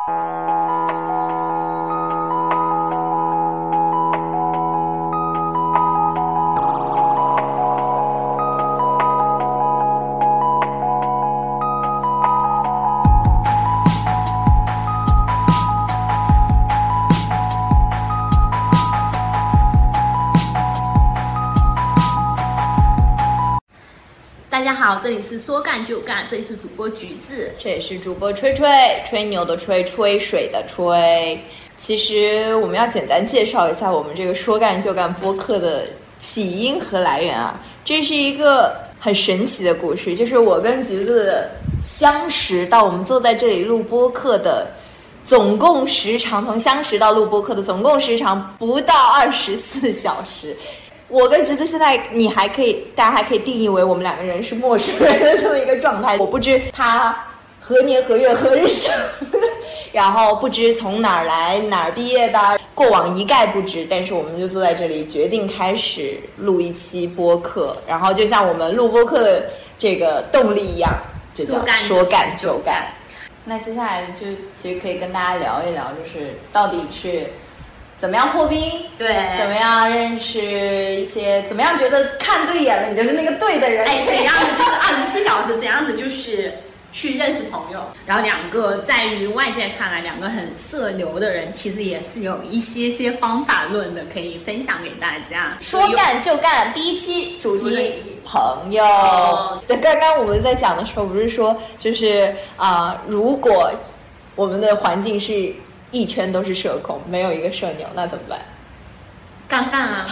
大家好，这里是说干就干，这里是主播橘子， 这也是主播吹吹，吹牛的吹，吹水的吹。其实我们要简单介绍一下我们这个说干就干播客的起因和来源啊。这是一个很神奇的故事，就是我跟橘子的相识到我们坐在这里录播客的总共时长，从相识到录播客的总共时长不到24小时。我跟橘子现在大家还可以定义为我们两个人是陌生人的这么一个状态。我不知他何年何月何日生，然后不知从哪儿来哪儿毕业的，过往一概不知。但是我们就坐在这里决定开始录一期播客，然后就像我们录播客的这个动力一样，就叫说干就干。那接下来就其实可以跟大家聊一聊，就是到底是怎么样破冰？ 对， 怎么样认识一些？怎么样觉得看对眼了，你就是那个对的人？ 哎，怎样的就是24小时，怎样子就是去认识朋友。然后两个在于外界看来两个很社牛的人，其实也是有一些方法论的，可以分享给大家。 说干就干，第一期主题朋友。刚刚我们在讲的时候，不是说就是如果我们的环境是一圈都是社恐，没有一个社牛，那怎么办？ 干饭啊！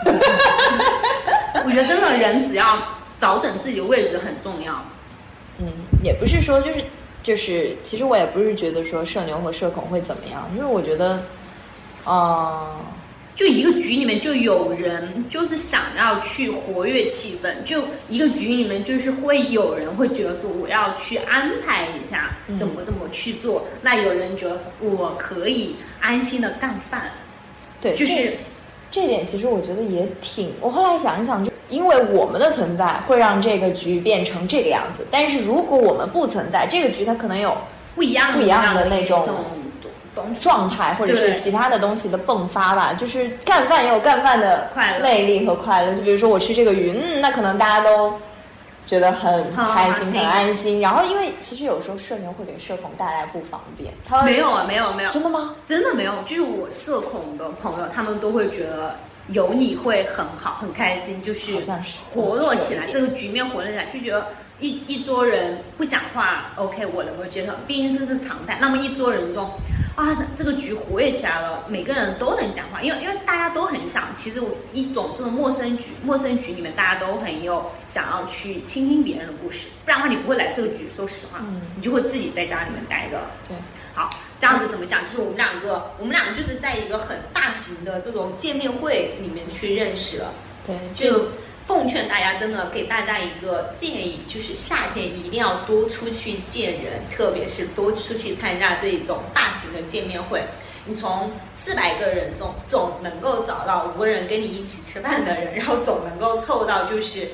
我觉得真的人只要找准自己的位置很重要。 也不是说就是，其实我也不是觉得说社牛和社恐会怎么样，因为我觉得， 就一个局里面就有人就是想要去活跃气氛，就一个局里面就是会有人会觉得说我要去安排一下怎么去做，那有人觉得我可以安心的干饭。 对， 就是这点其实我觉得也挺，我后来想一想，就因为我们的存在会让这个局变成这个样子，但是如果我们不存在，这个局它可能有不一样的那种状态，或者是其他的东西的迸发吧。就是干饭也有干饭的魅力和快乐，就比如说我吃这个鱼，那可能大家都觉得很开心很安心。然后因为其实有时候社牛会给社恐带来不方便。 没有， 真的吗？ 真的没有，就是我社恐的朋友他们都会觉得有你会很好很开心，就是活络起来，这个局面活络起来，就觉得一桌人不讲话 OK 我能够接受，毕竟这是常态。那么一桌人中这个局活跃起来了，每个人都能讲话，因为大家都很想，其实一种这种陌生局里面大家都很有想要去倾听别人的故事，不然的话你不会来这个局，说实话，你就会自己在家里面待着。 对， 好，这样子怎么讲？就是我们两个就是在一个很大型的这种见面会里面去认识了。 对， 就奉劝大家，真的给大家一个建议，就是夏天一定要多出去见人，特别是多出去参加这种大型的见面会。你从400个人中总能够找到5个人跟你一起吃饭的人，然后总能够凑到就是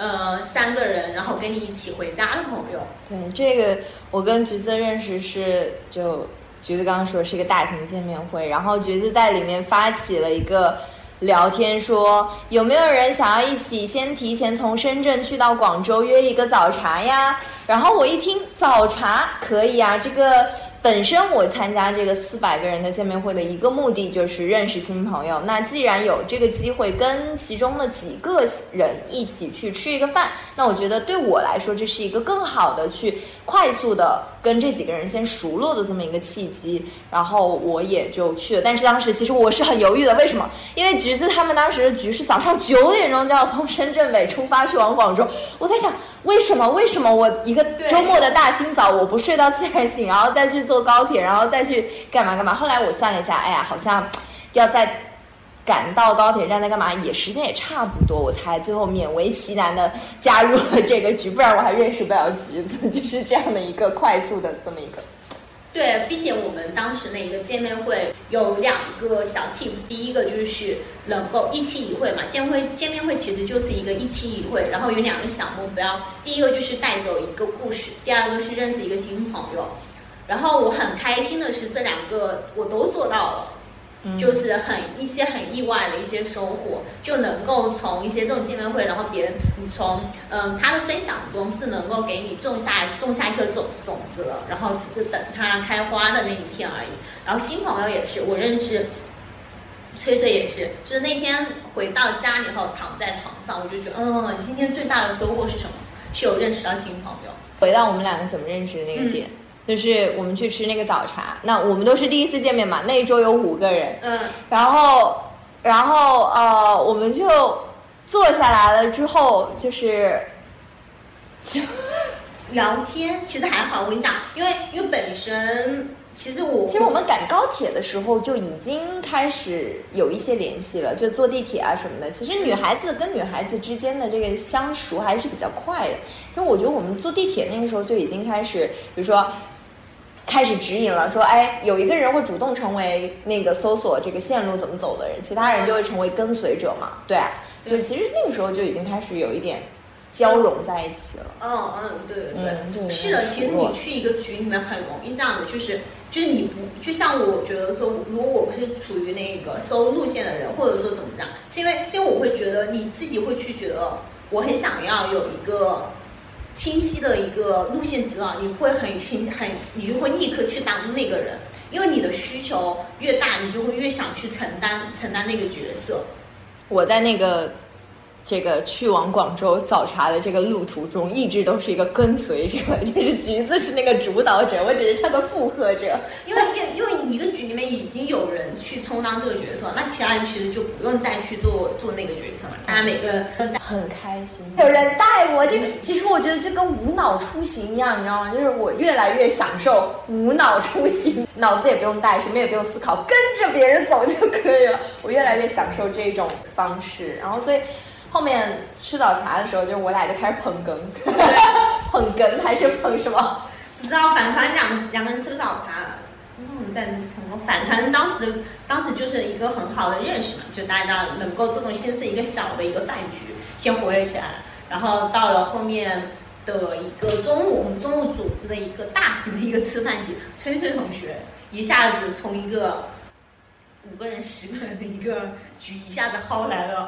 3个人，然后跟你一起回家的朋友。 对，这个我跟橘子认识是就橘子刚刚说是一个大型见面会，然后橘子在里面发起了一个聊天，说有没有人想要一起先提前从深圳去到广州约一个早茶呀？然后我一听早茶可以啊，这个本身我参加这个400个人的见面会的一个目的就是认识新朋友，那既然有这个机会跟其中的几个人一起去吃一个饭，那我觉得对我来说这是一个更好的去快速的跟这几个人先熟络的这么一个契机，然后我也就去了。但是当时其实我是很犹豫的，为什么？因为橘子他们当时的局是早上9点钟就要从深圳北出发去往广州，我在想为什么我一个周末的大清早我不睡到自然醒，然后再去坐高铁，然后再去干嘛。后来我算了一下，哎呀，好像要再赶到高铁站再干嘛，时间也差不多，我才最后勉为其难的加入了这个局，不然我还认识不了橘子，就是这样的一个快速的这么一个。 对，并且我们当时那个见面会有2个小 tips， 第一个就是能够一期一会嘛，见面会其实就是一个一期一会，然后有2个小目标，第一个就是带走一个故事，第二个是认识一个新朋友。 然后我很开心的是这2个我都做到了。就是一些很意外的一些收获，就能够从一些这种见面会，然后别人你从他的分享中是能够给你种下一颗种子了，然后只是等它开花的那一天而已。然后新朋友也是，我认识崔崔也是，就是那天回到家里后躺在床上，我就觉得今天最大的收获是什么？是有认识到新朋友。 回到我们2个怎么认识的那个点。就是我们去吃那个早茶，那我们都是第一次见面嘛，那一桌有5个人，然后我们就坐下来了之后，就聊天，其实还好。我跟你讲，因为本身其实我们赶高铁的时候就已经开始有一些联系了，就坐地铁啊什么的。其实女孩子跟女孩子之间的这个相熟还是比较快的。其实我觉得我们坐地铁那个时候就已经开始，比如说。开始指引了，说有一个人会主动成为那个搜索这个线路怎么走的人，其他人就会成为跟随者嘛。对，就其实那个时候就已经开始有一点交融在一起了。 对，是的。其实你去一个局里面很容易这样的，就是你不就像我觉得说，如果我不是处于那个搜路线的人，或者说怎么样，是因为我会觉得你自己会去觉得我很想要有一个。清晰的一个路线指导，你会你就会立刻去当那个人，因为你的需求越大，你就会越想去承担那个角色。 我在这个去往广州早茶的这个路途中，一直都是一个跟随者，就是橘子是那个主导者，我只是他的附和者。 因为一个局里面已经有人去充当这个角色，那其他人其实就不用再去做那个角色了。大家每个人很开心，有人带我，其实我觉得这跟无脑出行一样，你知道吗？就是我越来越享受无脑出行，脑子也不用带，什么也不用思考，跟着别人走就可以了。我越来越享受这种方式，然后所以。后面吃早茶的时候，就是我俩就开始捧哏，捧哏还是捧什么？ 不知道，反正两个人吃早茶，我们在捧哏。反正当时就是一个很好的认识嘛，就大家能够这种先是一个小的一个饭局，先活跃起来，然后到了后面的一个中午，我们中午组织的一个大型的一个吃饭局，崔崔同学一下子从一个。5个人、10个人的一个局，一下子薅来了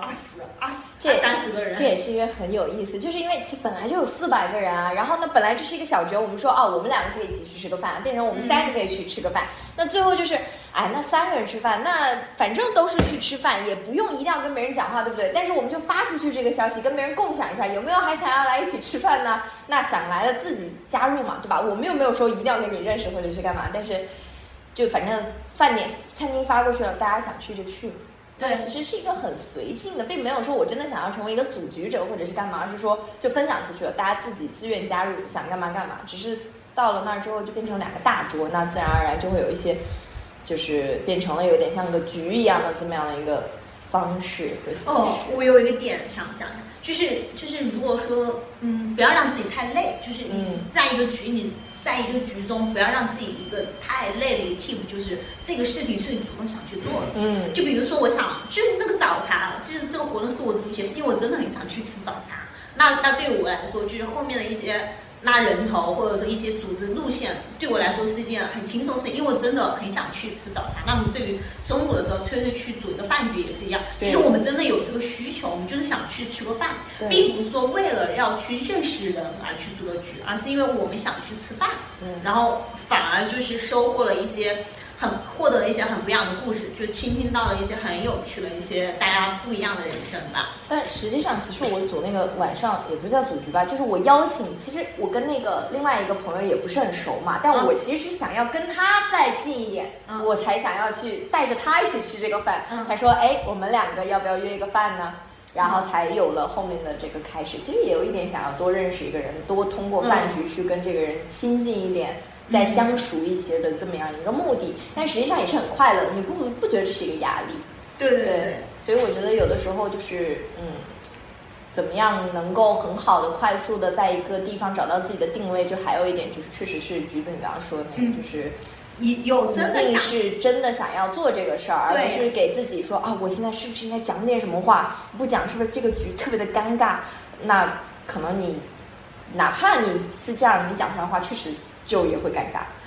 30个人。 这也是因为很有意思，就是因为其实本来就有400个人啊，然后呢，本来这是一个小局，我们说我们2个可以一起去吃个饭，变成我们3个可以去吃个饭。那最后就是，那3个人吃饭，那反正都是去吃饭，也不用一定要跟别人讲话，对不对？但是我们就发出去这个消息，跟别人共享一下，有没有还想要来一起吃饭呢？那想来的自己加入嘛，对吧？我们又没有说一定要跟你认识或者是干嘛，但是。就反正餐厅发过去了，大家想去就去。对，其实是一个很随性的，并没有说我真的想要成为一个组局者或者是干嘛，而是说就分享出去了，大家自己自愿加入，想干嘛干嘛。只是到了那儿之后就变成2个大桌，那自然而然就会有一些，就是变成了有点像个局一样的这么样的一个方式和形式。 我有一个点想讲一下，就是如果说不要让自己太累，就是你在一个局里。在一个局中，不要让自己一个太累的一个 tip， 就是这个事情是你主动想去做的。就比如说，我想就是那个早茶，就是这个活动是我主写，是因为我真的很想去吃早茶。那对我来说，就是后面的一些拉人头或者说一些组织路线，对我来说是一件很轻松的事情，因为我真的很想去吃早茶。那么对于中午的时候崔崔去组一个饭局也是一样，就是我们真的有这个需求，我们就是想去吃个饭，并不是说为了要去认识人而去组个局，而是因为我们想去吃饭，然后反而就是收获了一些。获得了一些很不一样的故事，就倾听到了一些很有趣的一些大家不一样的人生吧。 但实际上，其实我组那个晚上也不是叫组局吧，就是我邀请。其实我跟那个另外一个朋友也不是很熟嘛，但我其实是想要跟他再近一点，我才想要去带着他一起吃这个饭，才说我们2个要不要约一个饭呢？然后才有了后面的这个开始。其实也有一点想要多认识一个人，多通过饭局去跟这个人亲近一点。再相熟一些的这么样一个目的，但实际上也是很快乐，你不觉得这是一个压力？ 对， 所以我觉得有的时候就是怎么样能够很好的、快速的在一个地方找到自己的定位，就还有一点就是，确实是橘子你刚刚说的那个，就是有真的是真的想要做这个事儿，而不是给自己说我现在是不是应该讲点什么话？不讲是不是这个局特别的尴尬？那可能你哪怕你是这样，你讲出来的话确实。就也会尴尬。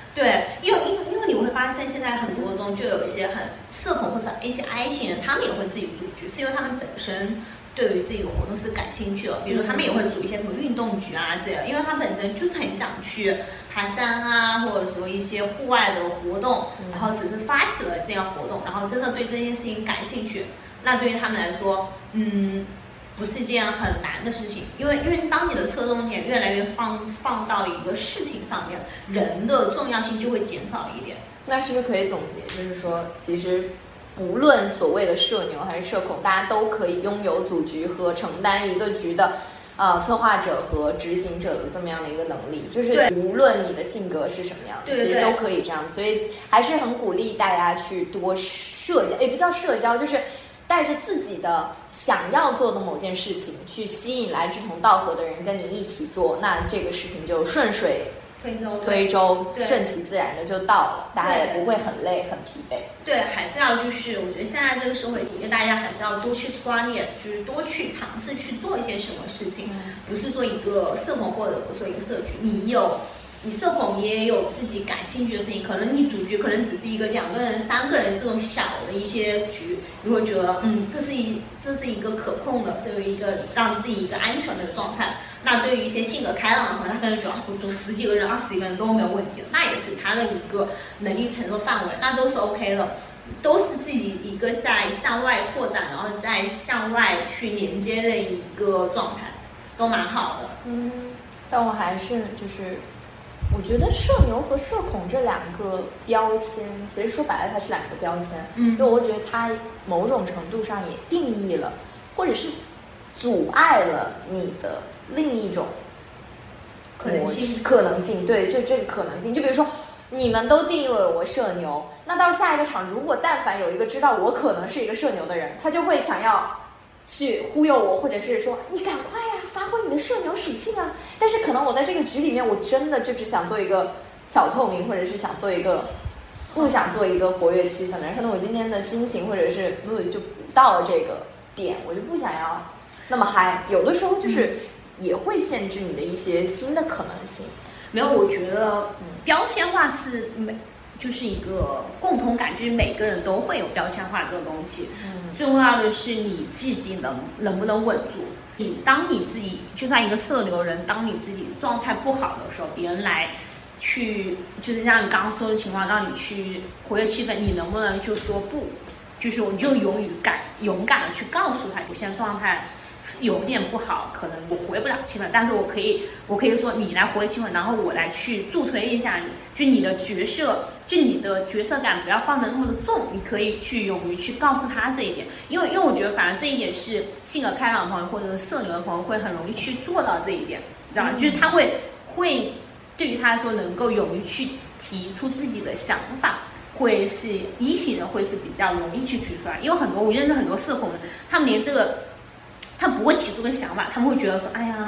对，因为你会发现现在很多中就有一些很社恐或者一些 I 型人，他们也会自己组局，是因为他们本身对于这个活动是感兴趣的，比如说他们也会组一些什么运动局啊这样，因为他本身就是很想去爬山啊，或者说一些户外的活动，然后只是发起了这样活动，然后真的对这件事情感兴趣，那对于他们来说，不是一件很难的事情，因为当你的侧重点越来越放到一个事情上面，人的重要性就会减少一点。 那是不是可以总结，就是说，其实不论所谓的社牛还是社恐，大家都可以拥有组局和承担一个局的策划者和执行者的这么样的一个能力，就是无论你的性格是什么样的，其实都可以这样。所以还是很鼓励大家去多社交，也不叫社交，就是带着自己的想要做的某件事情，去吸引来志同道合的人跟你一起做，那这个事情就顺水推舟，顺其自然的就到了，大家也不会很累很疲惫。 对，还是要就是我觉得现在这个社会里面，大家还是要多去锻炼，就是多去尝试去做一些什么事情，不是说一个社恐或者说一个社区，你社恐你也有自己感兴趣的事情，可能你组局可能只是一个2个人、3个人这种小的一些局，你会觉得这是一个可控的，是有一个让自己一个安全的状态。那对于一些性格开朗的朋友，他可能觉得我组10几个人、20几个人都没有问题的，那也是他的一个能力承受范围，那都是 OK 的，都是自己一个在向外扩展，然后再向外去连接的一个状态，都蛮好的。 但我还是就是我觉得社牛和社恐这2个标签，其实说白了它是2个标签，因为我觉得它某种程度上也定义了，或者是阻碍了你的另一种可能性，对，就这个可能性。就比如说你们都定义为我社牛，那到下一个场，如果但凡有一个知道我可能是一个社牛的人，他就会想要去忽悠我，或者是说你赶快呀，发挥你的社牛属性啊。但是可能我在这个局里面，我真的就只想做一个小透明，或者是想做一个不想做一个活跃气氛的人。可能我今天的心情或者是就到了这个点，我就不想要那么嗨。有的时候就是也会限制你的一些新的可能性。 没有，我觉得标签化是就是一个共同感，就是每个人都会有标签化这个东西。重要的是你自己能不能稳住。当你自己就算一个社牛人，当你自己状态不好的时候，别人来去就是像你刚刚说的情况，让你去活跃气氛，你能不能就说不？就是我就勇敢的去告诉他，我现在状态有点不好，可能我活跃不了气氛，但是我可以说你来活跃气氛，然后我来去助推一下你，就你的角色感不要放得那么的重，你可以去勇于去告诉他这一点，因为我觉得反正这一点是性格开朗的朋友或者是社牛的朋友会很容易去做到这一点，你知道吗？就是他会对于他来说能够勇于去提出自己的想法，会是一型人会是比较容易去提出来，因为我认识很多社恐人，他们连这个他不会提出个想法，他们会觉得说，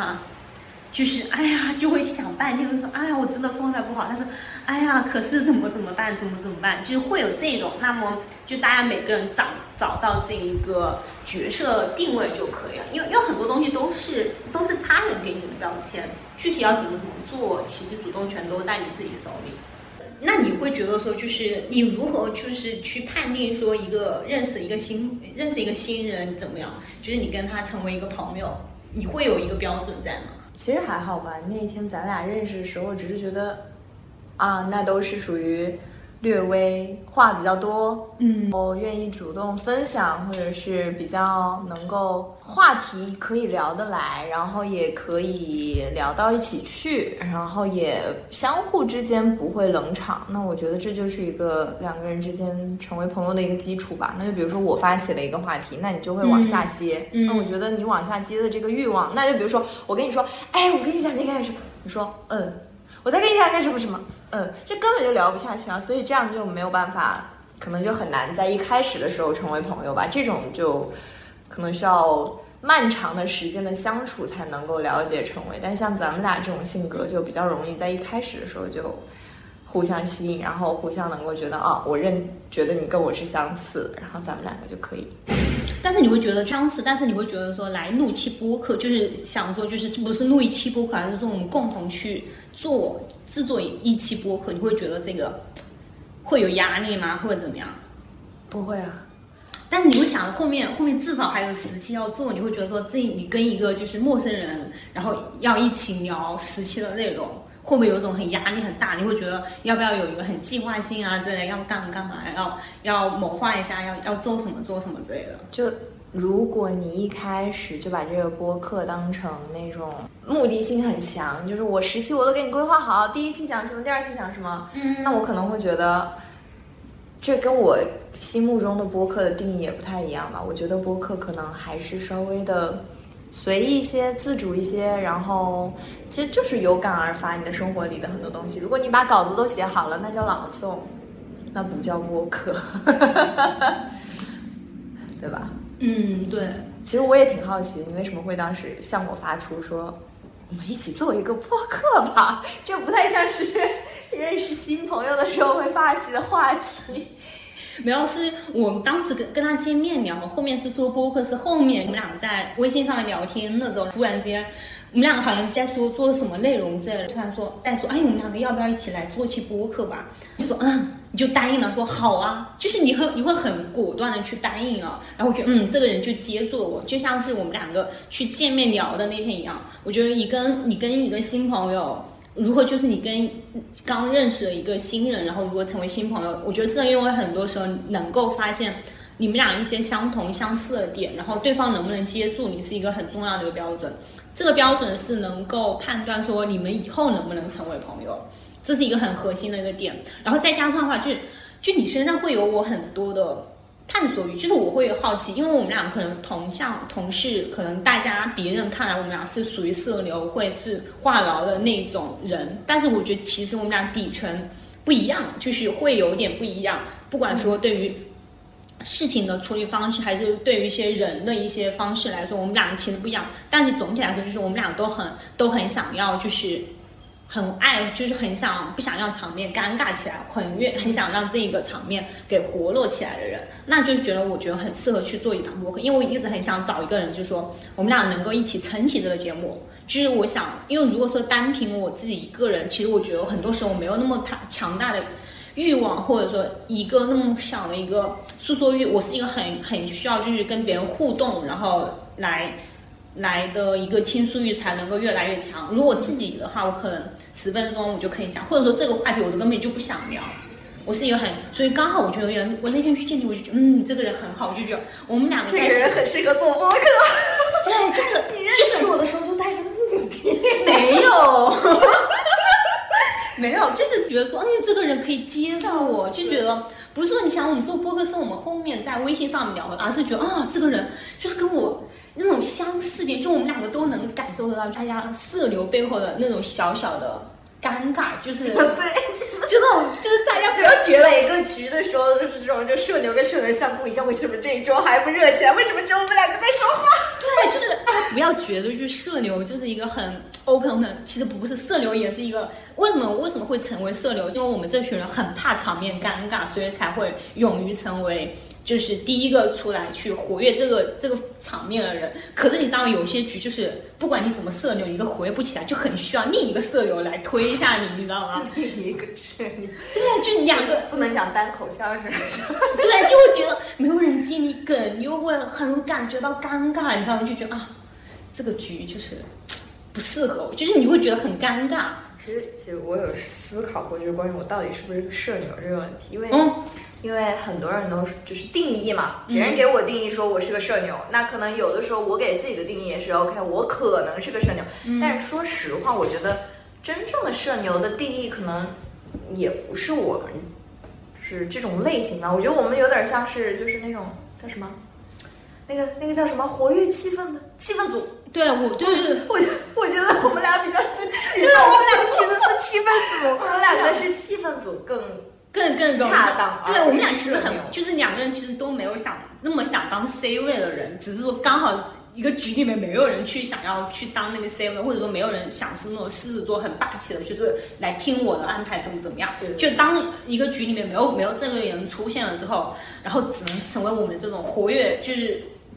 就会想半天，就说，我知道状态不好，但是，可是怎么办，就是会有这种，那么就大家每个人找到这一个角色定位就可以了，因为很多东西都是他人给你的标签，具体要怎么做，其实主动权都在你自己手里。那你会觉得说，就是你如何就是去判定说认识一个新人怎么样？就是你跟他成为一个朋友，你会有一个标准在吗？ 其实还好吧，那一天咱俩认识的时候，只是觉得那都是属于略微话比较多，愿意主动分享，或者是比较能够话题可以聊得来，然后也可以聊到一起去，然后也相互之间不会冷场。那我觉得这就是一个2个人之间成为朋友的一个基础吧。那就比如说我发起了一个话题，那你就会往下接。那我觉得你往下接的这个欲望，那就比如说我跟你说，我跟你讲那个什么，你说我再跟你讲干什么什么，这根本就聊不下去啊，所以这样就没有办法，可能就很难在一开始的时候成为朋友吧。这种就可能需要漫长的时间的相处才能够了解成为，但是像咱们俩这种性格就比较容易在一开始的时候就互相吸引，然后互相能够觉得我觉得你跟我是相似，然后咱们2个就可以但是你会觉得相似，但是你会觉得说来录期播客，就是想说就是这不是录一期播客，而是说我们共同去制作一期播客，你会觉得这个会有压力吗？或者怎么样？ 不会啊。 但是你会想后面至少还有10期要做，你会觉得说你跟一个就是陌生人，然后要一起聊10期的内容，会不会有一种很压力很大？你会觉得要不要有一个很计划性啊之类的，要干嘛，要谋划一下，要做什么之类的？ 就如果你一开始就把这个播客当成那种目的性很强，就是我10期我都给你规划好，第1期讲什么，第2期讲什么，那我可能会觉得这跟我心目中的播客的定义也不太一样吧。我觉得播客可能还是稍微的随意一些，自主一些，然后其实就是有感而发你的生活里的很多东西。如果你把稿子都写好了，那叫朗诵，那不叫播客对吧？ 对。 其实我也挺好奇你为什么会当时向我发出说我们一起做一个播客吧，这不太像是认识新朋友的时候会发起的话题。 没有，是我们当时跟他见面聊，后面是做播客，是后面我们两个在微信上面聊天的时候，突然之间我们两个好像在说做什么内容之类的，突然说哎，我们两个要不要一起来做期播客吧？你说你就答应了，说好啊，就是你会很果断的去答应了，然后我觉得这个人就接住了我，就像是我们两个去见面聊的那天一样。我觉得你跟一个新朋友，如何就是你跟刚认识的一个新人，然后如果成为新朋友，我觉得是因为很多时候能够发现你们俩一些相同相似的点，然后对方能不能接住你是一个很重要的一个标准。这个标准是能够判断说你们以后能不能成为朋友，这是一个很核心的一个点。然后再加上的话，就你身上会有我很多的探索欲，就是我会好奇，因为我们俩可能同事，可能别人看来我们俩是属于社牛会是话痨的那种人，但是我觉得其实我们俩底层不一样，就是会有点不一样，不管说对于事情的处理方式，还是对于一些人的一些方式来说，我们两个其实不一样。但是总体来说，就是我们俩都很想要，就是很爱，就是不想让场面尴尬起来，很想让这个场面给活络起来的人，那就是我觉得很适合去做一档播客。因为我一直很想找一个人，就是说我们俩能够一起撑起这个节目。就是我想，因为如果说单凭我自己一个人，其实我觉得很多时候我没有那么强大的欲望，或者说一个那么小的一个诉说欲，我是一个很需要就是跟别人互动，然后来的一个倾诉欲才能够越来越强。如果我自己的话，我可能10分钟我就可以讲，或者说这个话题我都根本就不想聊。我是一个所以刚好我觉得我那天去见你，我就觉得这个人很好，我就觉得我们两个这个人很适合做播客。 对，就是你认识我的时候就带着目的， 没有。没有，就是觉得说，这个人可以接住我，就觉得不是说你想我们做播客是我们后面在微信上面聊的，而是觉得这个人就是跟我那种相似点，就我们两个都能感受得到大家社牛背后的那种小小的尴尬，就是对， 就那种就是大家不要觉得每个局的时候就是这种，就社牛跟社牛相顾一下，为什么这一周还不热起来？为什么只有我们两个在说话？ 对，就是大家不要觉得就是社牛就是一个很 open 的，其实不是，社牛也是一个为什么会成为社牛？因为我们这群人很怕场面尴尬，所以才会勇于成为就是第一个出来去活跃这个场面的人。可是你知道有些局就是不管你怎么社牛，你都活跃不起来，就很需要另一个社牛来推一下你，你知道吗？ 另一个社牛， 对，就两个不能讲单口相声。 对，就会觉得没有人接你梗，又会很感觉到尴尬，你知道吗？就觉得这个局就是不适合我，就是你会觉得很尴尬。 其实我有思考过，就是关于我到底是不是个社牛这个问题，因为很多人都就是定义嘛，别人给我定义说我是个社牛，那可能有的时候我给自己的定义也是 OK， 我可能是个社牛，但是说实话，我觉得真正的社牛的定义可能也不是我们是这种类型吧。我觉得我们有点像是就是那种叫什么，那个叫什么活跃气氛组。 对，我觉得我们俩比较气氛， 我们两个其实是气氛组， 我们两个是气氛组更恰当。 对，我们俩其实就是两个人其实都没有那么想当 C 位的人，只是说刚好一个局里面没有人想要去当那个 C 位，或者说没有人想是那种狮子座很霸气的，就是来听我的安排怎么样。就当一个局里面没有这个人出现了之后，然后只能成为我们这种活跃，就是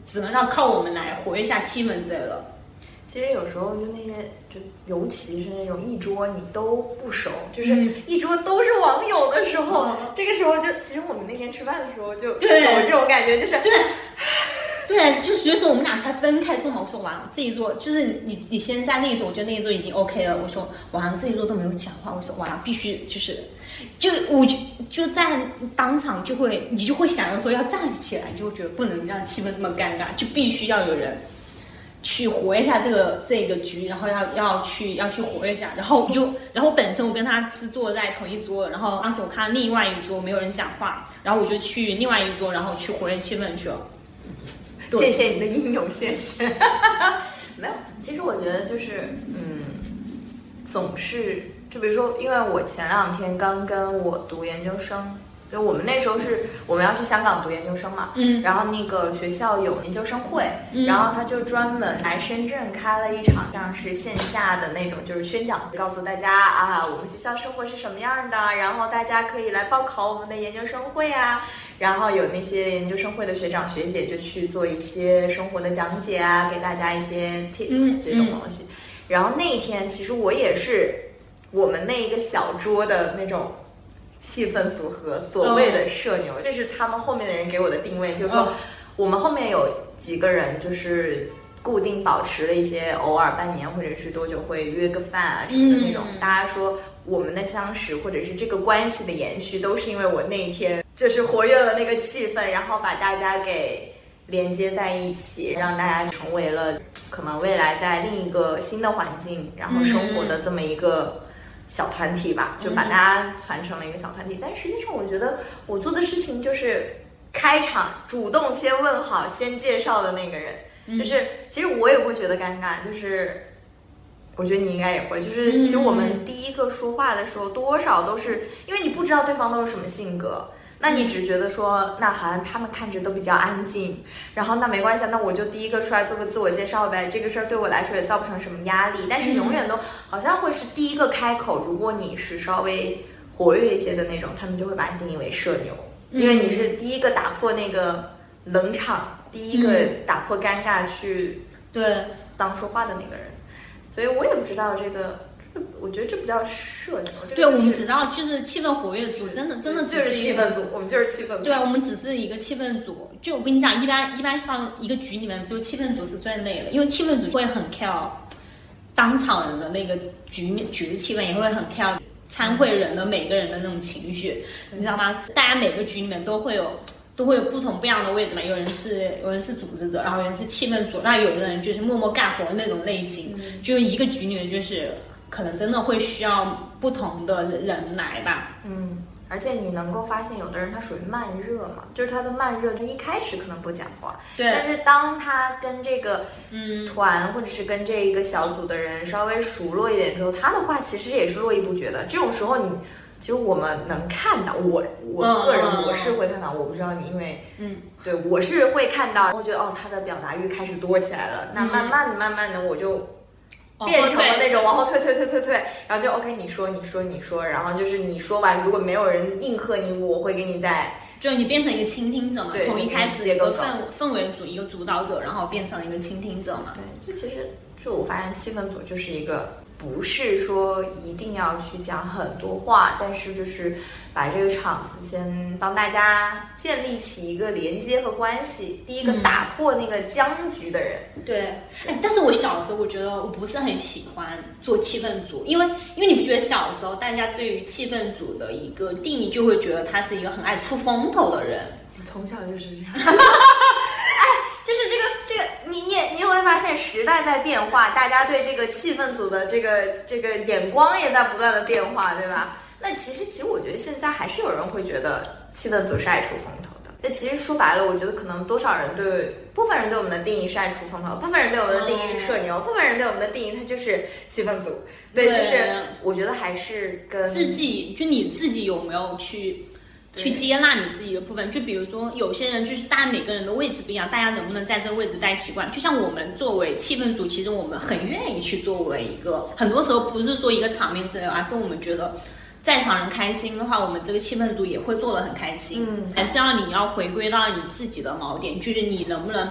只能要靠我们来活跃一下气氛之类的。 其实有时候就那些，就尤其是那种一桌你都不熟，就是一桌都是网友的时候，这个时候就其实我们那天吃饭的时候就有这种感觉，就是对，就所以说我们俩才分开坐嘛。我说完了这一桌就是你先在那一桌，我觉得那一桌已经 OK 了。我说完了这一桌都没有讲话，我说完了必须我就在当场你就会想着说要站起来，你就会觉得不能让气氛这么尴尬，就必须要有人去活跃一下这个局，然后要去活跃一下，然后本身我跟他是坐在同一桌，然后当时我看到另外一桌没有人讲话，然后我就去另外一桌，然后去活跃气氛去了。 谢谢你的英勇献身。没有，其实我觉得就是总是就比如说，因为我前2天刚跟我读研究生。就我们那时候是我们要去香港读研究生嘛，然后那个学校有研究生会，然后他就专门来深圳开了一场像是线下的那种就是宣讲，告诉大家啊我们学校生活是什么样的，然后大家可以来报考我们的研究生会啊，然后有那些研究生会的学长学姐就去做一些生活的讲解啊，给大家一些 tips 这种东西。然后那一天其实我也是我们那一个小桌的那种气氛组合，所谓的社牛，这是他们后面的人给我的定位，就是说我们后面有几个人就是固定保持了一些偶尔半年或者是多久会约个饭啊什么的那种，大家说我们的相识或者是这个关系的延续都是因为我那一天就是活跃了那个气氛，然后把大家给连接在一起，让大家成为了可能未来在另一个新的环境然后生活的这么一个小团体吧，就把大家传成了一个小团体。但实际上我觉得我做的事情就是开场主动先问好先介绍的那个人，就是其实我也不会觉得尴尬，就是我觉得你应该也会，就是其实我们第一个说话的时候多少都是因为你不知道对方都是什么性格，那你只觉得说那好像他们看着都比较安静，然后那没关系，那我就第一个出来做个自我介绍呗，这个事儿对我来说也造不成什么压力，但是永远都好像会是第一个开口，如果你是稍微活跃一些的那种，他们就会把你定义为社牛，因为你是第一个打破那个冷场，第一个打破尴尬去当说话的那个人，所以我也不知道这个，我觉得这不叫社牛，这个对，我们知道就是气氛活跃组，真的就是气氛组，我们就是气氛组。 对，我们只是一个气氛组。就我跟你讲，一般上一个局里面，只有气氛组是最累的，因为气氛组会很 care 当场人的那个局的气氛，也会很 care 参会人的每个人的那种情绪，你知道吗？大家每个局里面都会有不同不一样的位置嘛，有人是组织者，然后有人是气氛组，那有的人就是默默干活的那种类型，就一个局里面就是可能真的会需要不同的人来吧。 而且你能够发现有的人他属于慢热嘛，就是他的慢热，他一开始可能不讲话， 对， 但是当他跟这个团或者是跟这一个小组的人稍微熟络一点之后，他的话其实也是络绎不绝的。这种时候其实我们能看到，我个人我是会看到，我不知道你，因为对，我是会看到，我觉得他的表达欲开始多起来了，那慢慢的我就变成了那种往后退，然后就 OK， 你说，然后就是你说完，如果没有人应和你，我会给你就你变成一个倾听者嘛，从一开始一个氛围组一个主导者，然后变成一个倾听者嘛。 对，就其实就我发现气氛组就是一个不是说一定要去讲很多话，但是就是把这个场子先帮大家建立起一个连接和关系，第一个打破那个僵局的人。 对，但是我小的时候我觉得我不是很喜欢做气氛组，因为你不觉得小的时候大家对于气氛组的一个定义就会觉得他是一个很爱出风头的人？ 从小就是这样。就是这个，你会发现时代在变化，大家对这个气氛组的这个眼光也在不断的变化，对吧？那其实我觉得现在还是有人会觉得气氛组是爱出风头的。那其实说白了，我觉得可能部分人对我们的定义是爱出风头，部分人对我们的定义是社牛，部分人对我们的定义它就是气氛组。对，就是我觉得还是跟你自己有没有去接纳你自己的部分，就比如说有些人就是大家每个人的位置不一样，大家能不能在这个位置待习惯？就像我们作为气氛组，其实我们很愿意去作为一个，很多时候不是说一个场面之类的，而是我们觉得在场人开心的话，我们这个气氛组也会做得很开心。还是你要回归到你自己的锚点，就是你能不能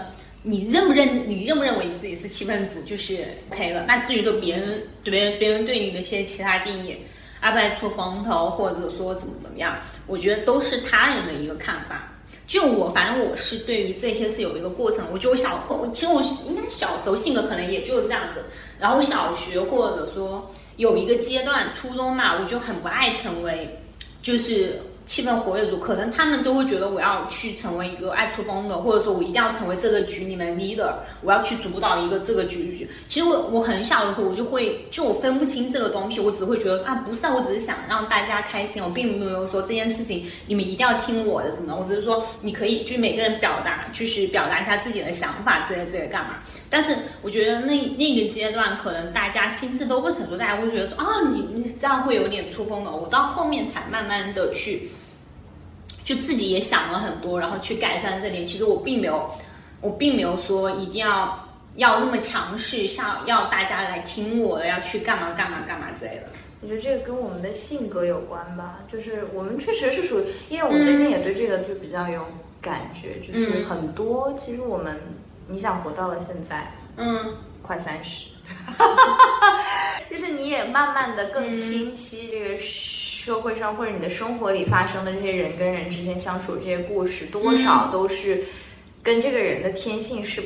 你认不认为你自己是气氛组就是 OK 了。那至于说别人对你的一些其他定义，爱不爱出风头，或者说怎么样，我觉得都是他人的一个看法。就反正我是对于这些是有一个过程。我觉得其实我应该小时候性格可能也就是这样子。然后小学或者说有一个阶段，初中嘛，我就很不爱成为就是气氛活跃组，可能他们都会觉得我要去成为一个爱出风的，或者说我一定要成为这个局里面 leader， 我要去主导一个这个局。其实我很小的时候，我分不清这个东西，我只会觉得啊，不是啊，我只是想让大家开心，我并没有说这件事情你们一定要听我的什么，我只是说你可以就每个人表达一下自己的想法之类干嘛。但是我觉得那个阶段可能大家心智都不成熟，大家会觉得说啊，你这样会有点出风的。我到后面才慢慢的就自己也想了很多，然后去改善这点。其实我并没有说一定要那么强势，要大家来听我的，要去干嘛之类的。 我觉得这个跟我们的性格有关吧，就是我们确实是属于，因为我最近也对这个就比较有感觉，就是很多其实我们你想活到了现在，快30，就是你也慢慢的更清晰这个社会上或者你的生活里发生的这些人跟人之间相处这些故事，多少都是跟这个人的天性是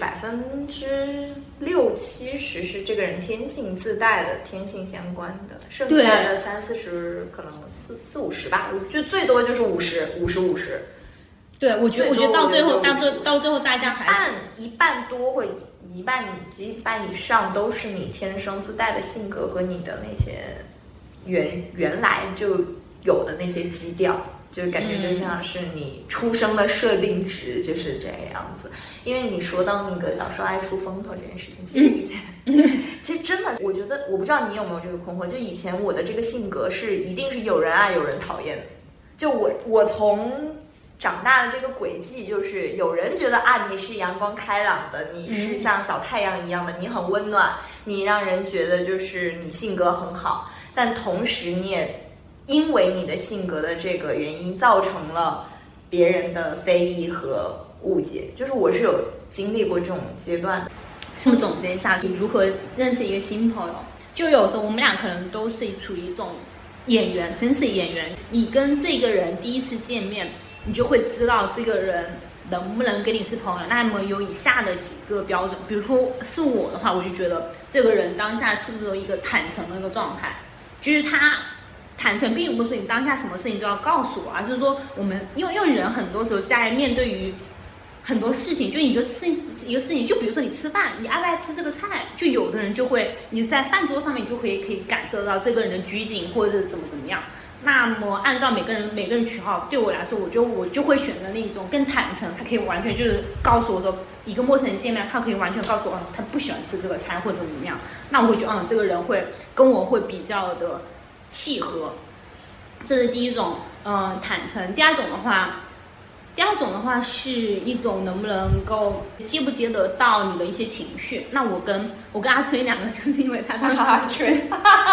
60%-70%是这个人天性自带的天性相关的，剩下的30-40%可能40-50%吧，我觉得最多就是50%。 对，我觉得到最后大家还一半多或一半以上都是你天生自带的性格和你的那些原来就有的那些基调，就是感觉就像是你出生的设定值就是这个样子。因为你说到那个小时候爱出风头这件事情，其实以前其实真的，我觉得我不知道你有没有这个困惑，就以前我的这个性格是一定是有人爱有人讨厌的。就我从长大的这个轨迹，就是有人觉得啊，你是阳光开朗的，你是像小太阳一样的，你很温暖，你让人觉得就是你性格很好，但同时你也因为你的性格的这个原因造成了别人的非议和误解，就是我是有经历过这种阶段的。 那么总结一下，你如何认识一个新朋友，就有时候我们俩可能都是处于一种演员，真是演员。你跟这个人第一次见面，你就会知道这个人能不能跟你是朋友。那么有以下的几个标准，比如说是我的话，我就觉得这个人当下是不是有一个坦诚的一个状态，就是他坦诚并不是你当下什么事情都要告诉我，而是说我们因为人很多时候在面对于很多事情，就一个事情，就比如说你吃饭，你爱不爱吃这个菜，就有的人就会你在饭桌上面就可以感受到这个人的拘谨或者怎么样。那么按照每个人取号，对我来说，我就会选择那种更坦诚，他可以完全就是告诉我说，一个陌生人见面，他可以完全告诉我，他不喜欢吃这个菜或者怎么样，那我会觉得这个人会跟我会比较的契合。这是第一种坦诚。第二种的话是一种能不能够接不接得到你的一些情绪。那我跟阿崔两个就是因为他当时吹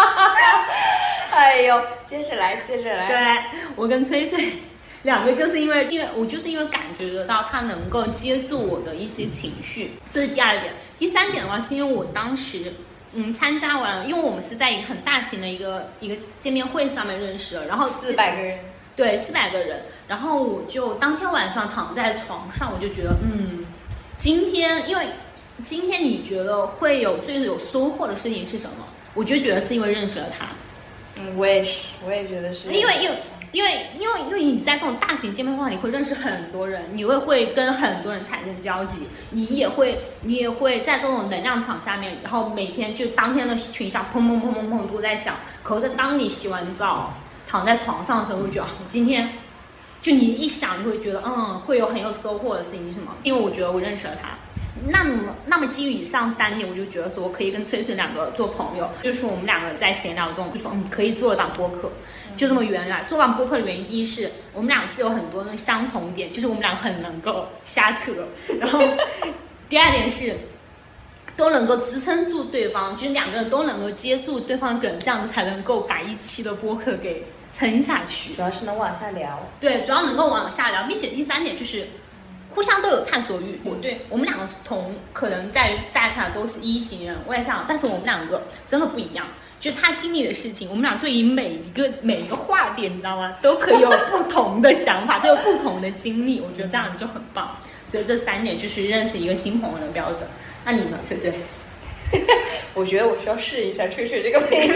哎呦，接着来。 对，我跟崔崔两个就是因为我就是因为感觉得到他能够接住我的一些情绪，这是第二点。第三点的话是因为我当时参加完，因为我们是在一个很大型的一个见面会上面认识的，然后 400个人， 对，400个人。然后我就当天晚上躺在床上，我就觉得今天你觉得会有最有收获的事情是什么？我就觉得是因为认识了他。 我也觉得是。因为你在这种大型见面会，你会认识很多人，你会跟很多人产生交集，你也会在这种能量场下面，然后每天就当天的群响砰砰砰砰砰都在响。可是当你洗完澡躺在床上的时候，会觉得今天就你一想，你会觉得会有很有收获的事情是什么？因为我觉得我认识了他。那么基于以上3点，我就觉得说我可以跟崔崔两个做朋友，就是我们两个在闲聊中就说可以做档播客，就这么原来做档播客的原因，第一是我们俩是有很多的相同点，就是我们俩很能够瞎扯，然后第二点是都能够支撑住对方，就是两个人都能够接住对方梗，这样子才能够把一期的播客给撑下去。 主要是能往下聊， 对，主要能够往下聊，并且第3点就是互相都有探索欲。对我们两个可能在大家看的都是一型人外向，但是我们两个真的不一样。就是他经历的事情，我们俩对于每一个话点，你知道吗？都可以有不同的想法，都有不同的经历。我觉得这样子就很棒。所以这3点就是认识一个新朋友的标准。那你呢，翠翠？ 我觉得我需要试一下翠翠这个名字。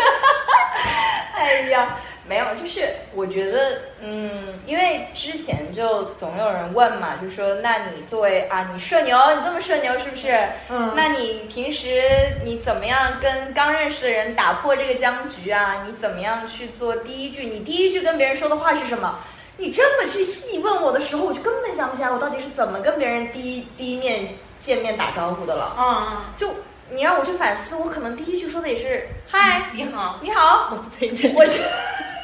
哎呀，没有，就是我觉得，因为之前就总有人问嘛，就说那你作为你社牛，你这么社牛是不是？那你平时你怎么样跟刚认识的人打破这个僵局啊？你怎么样去做第一句？你第一句跟别人说的话是什么？你这么去细问我的时候，我就根本想不起来我到底是怎么跟别人第一面见面打招呼的了。就你让我去反思，我可能第一句说的也是嗨， 你好， 你好， 我是翠翠， 我是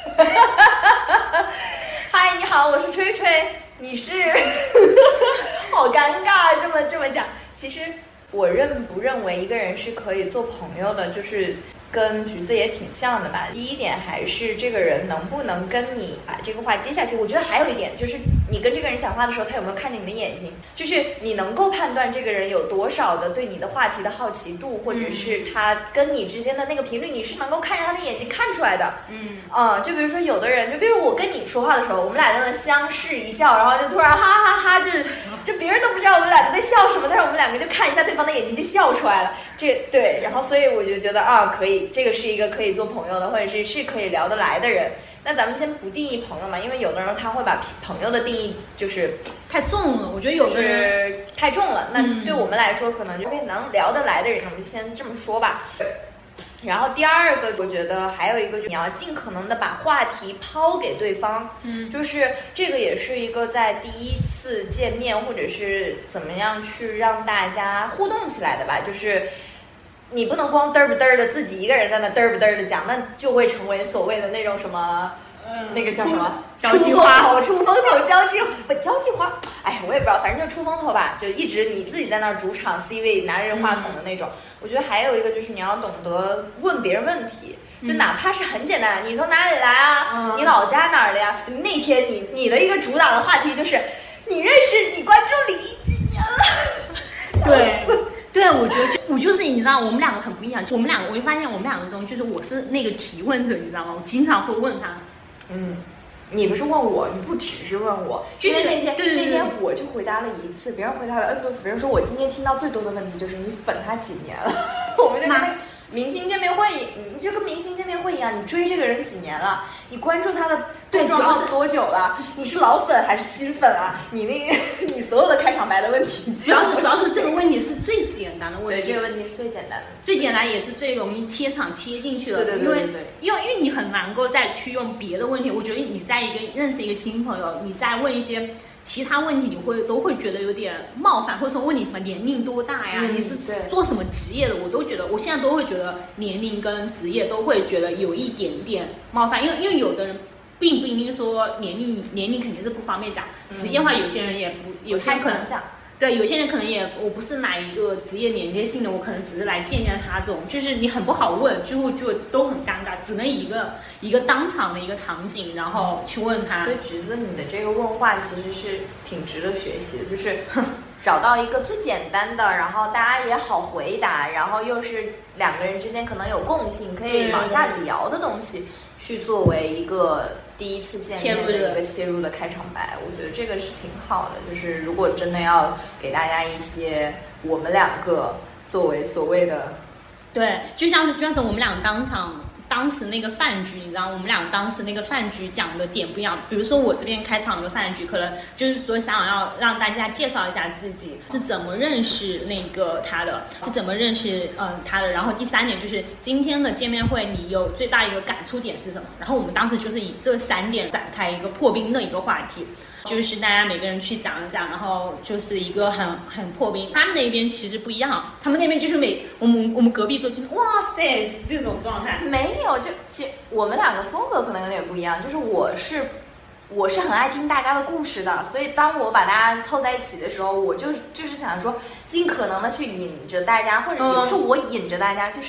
嗨，你好，我是吹吹，你是好尴尬，这么讲。其实我不认为一个人是可以做朋友的，就是跟橘子也挺像的吧。第一点还是这个人能不能跟你把这个话接下去。我觉得还有一点就是你跟这个人讲话的时候，他有没有看着你的眼睛，就是你能够判断这个人有多少的对你的话题的好奇度，或者是他跟你之间的那个频率，你是能够看着他的眼睛看出来的。就比如说有的人，就比如我跟你说话的时候，我们俩就能相视一笑，然后就突然哈哈哈，就别人都不知道我们两个在笑什么，但是我们两个就看一下对方的眼睛就笑出来了。对，然后所以我就觉得可以，这个是一个可以做朋友的，或者是可以聊得来的人。那咱们先不定义朋友嘛，因为有的人他会把朋友的定义就是太重了，我觉得有的人太重了。那对我们来说，可能就能聊得来的人，我们就先这么说吧。然后第二个，我觉得还有一个，就是你要尽可能的把话题抛给对方。就是这个也是一个在第一次见面或者是怎么样去让大家互动起来的吧。就是你不能光嘚儿不嘚儿的自己一个人在那嘚儿不嘚儿的讲，那就会成为所谓的那种什么。那个叫什么？ 交际花， 出风头，交际花。哎，我也不知道，反正就出风头吧，就一直你自己在那儿主场 C 位拿着话筒的那种。我觉得还有一个就是你要懂得问别人问题，就哪怕是很简单，你从哪里来啊？你老家哪儿的呀？那天你的一个主打的话题就是你关注李几年了？对，我觉得我就是你知道，我们两个很不一样。我就发现我们两个中，就是我是那个提问者，你知道吗？我经常会问他。 你不是问我，你不只是问我，就是那天我就回答了一次，别人回答了 N 多次。别人说我今天听到最多的问题就是你粉他几年了，我们就跟那明星见面会，你就跟明星见面会一样，你追这个人几年了？你关注他的状况是多久了？你是老粉还是新粉啊？你所有的开场白的问题， 主要是这个问题是最简单的问题。 对，这个问题是最简单的， 最简单也是最容易切场切进去的。 对， 因为你很难够再去用别的问题。我觉得你在认识一个新朋友，你再问一些其他问题，你都会觉得有点冒犯，或者说问你什么年龄多大呀，你是做什么职业的，我现在都会觉得年龄跟职业都会觉得有一点点冒犯，因为有的人并不一定说年龄肯定是不方便讲，职业的话有些人也不，有些人可能讲。对，有些人可能我不是哪一个职业连接性的，我可能只是来见见他这种，就是你很不好问，就都很尴尬，只能以一个当场的一个场景，然后去问他。 所以橘子，你的这个问话其实是挺值得学习的，就是找到一个最简单的，然后大家也好回答，然后又是两个人之间可能有共性，可以往下聊的东西，去作为一个第一次见面的一个切入的开场白。我觉得这个是挺好的，就是如果真的要给大家一些我们两个作为所谓的， 对，就像是我们俩当时那个饭局，你知道，我们俩当时那个饭局讲的点不一样。比如说我这边开场的饭局，可能就是说想要让大家介绍一下自己是怎么认识他的，是怎么认识他的。然后第3点就是今天的见面会，你有最大一个感触点是什么？然后我们当时就是以这3点展开一个破冰的一个话题。就是大家每个人去讲一讲，然后就是一个很破冰。他们那边其实不一样，他们那边就是我们隔壁桌就是哇塞这种状态。 没有，其实我们两个风格可能有点不一样。就是我是很爱听大家的故事的，所以当我把大家凑在一起的时候，我就是想说尽可能的去引着大家，或者也不是我引着大家，就是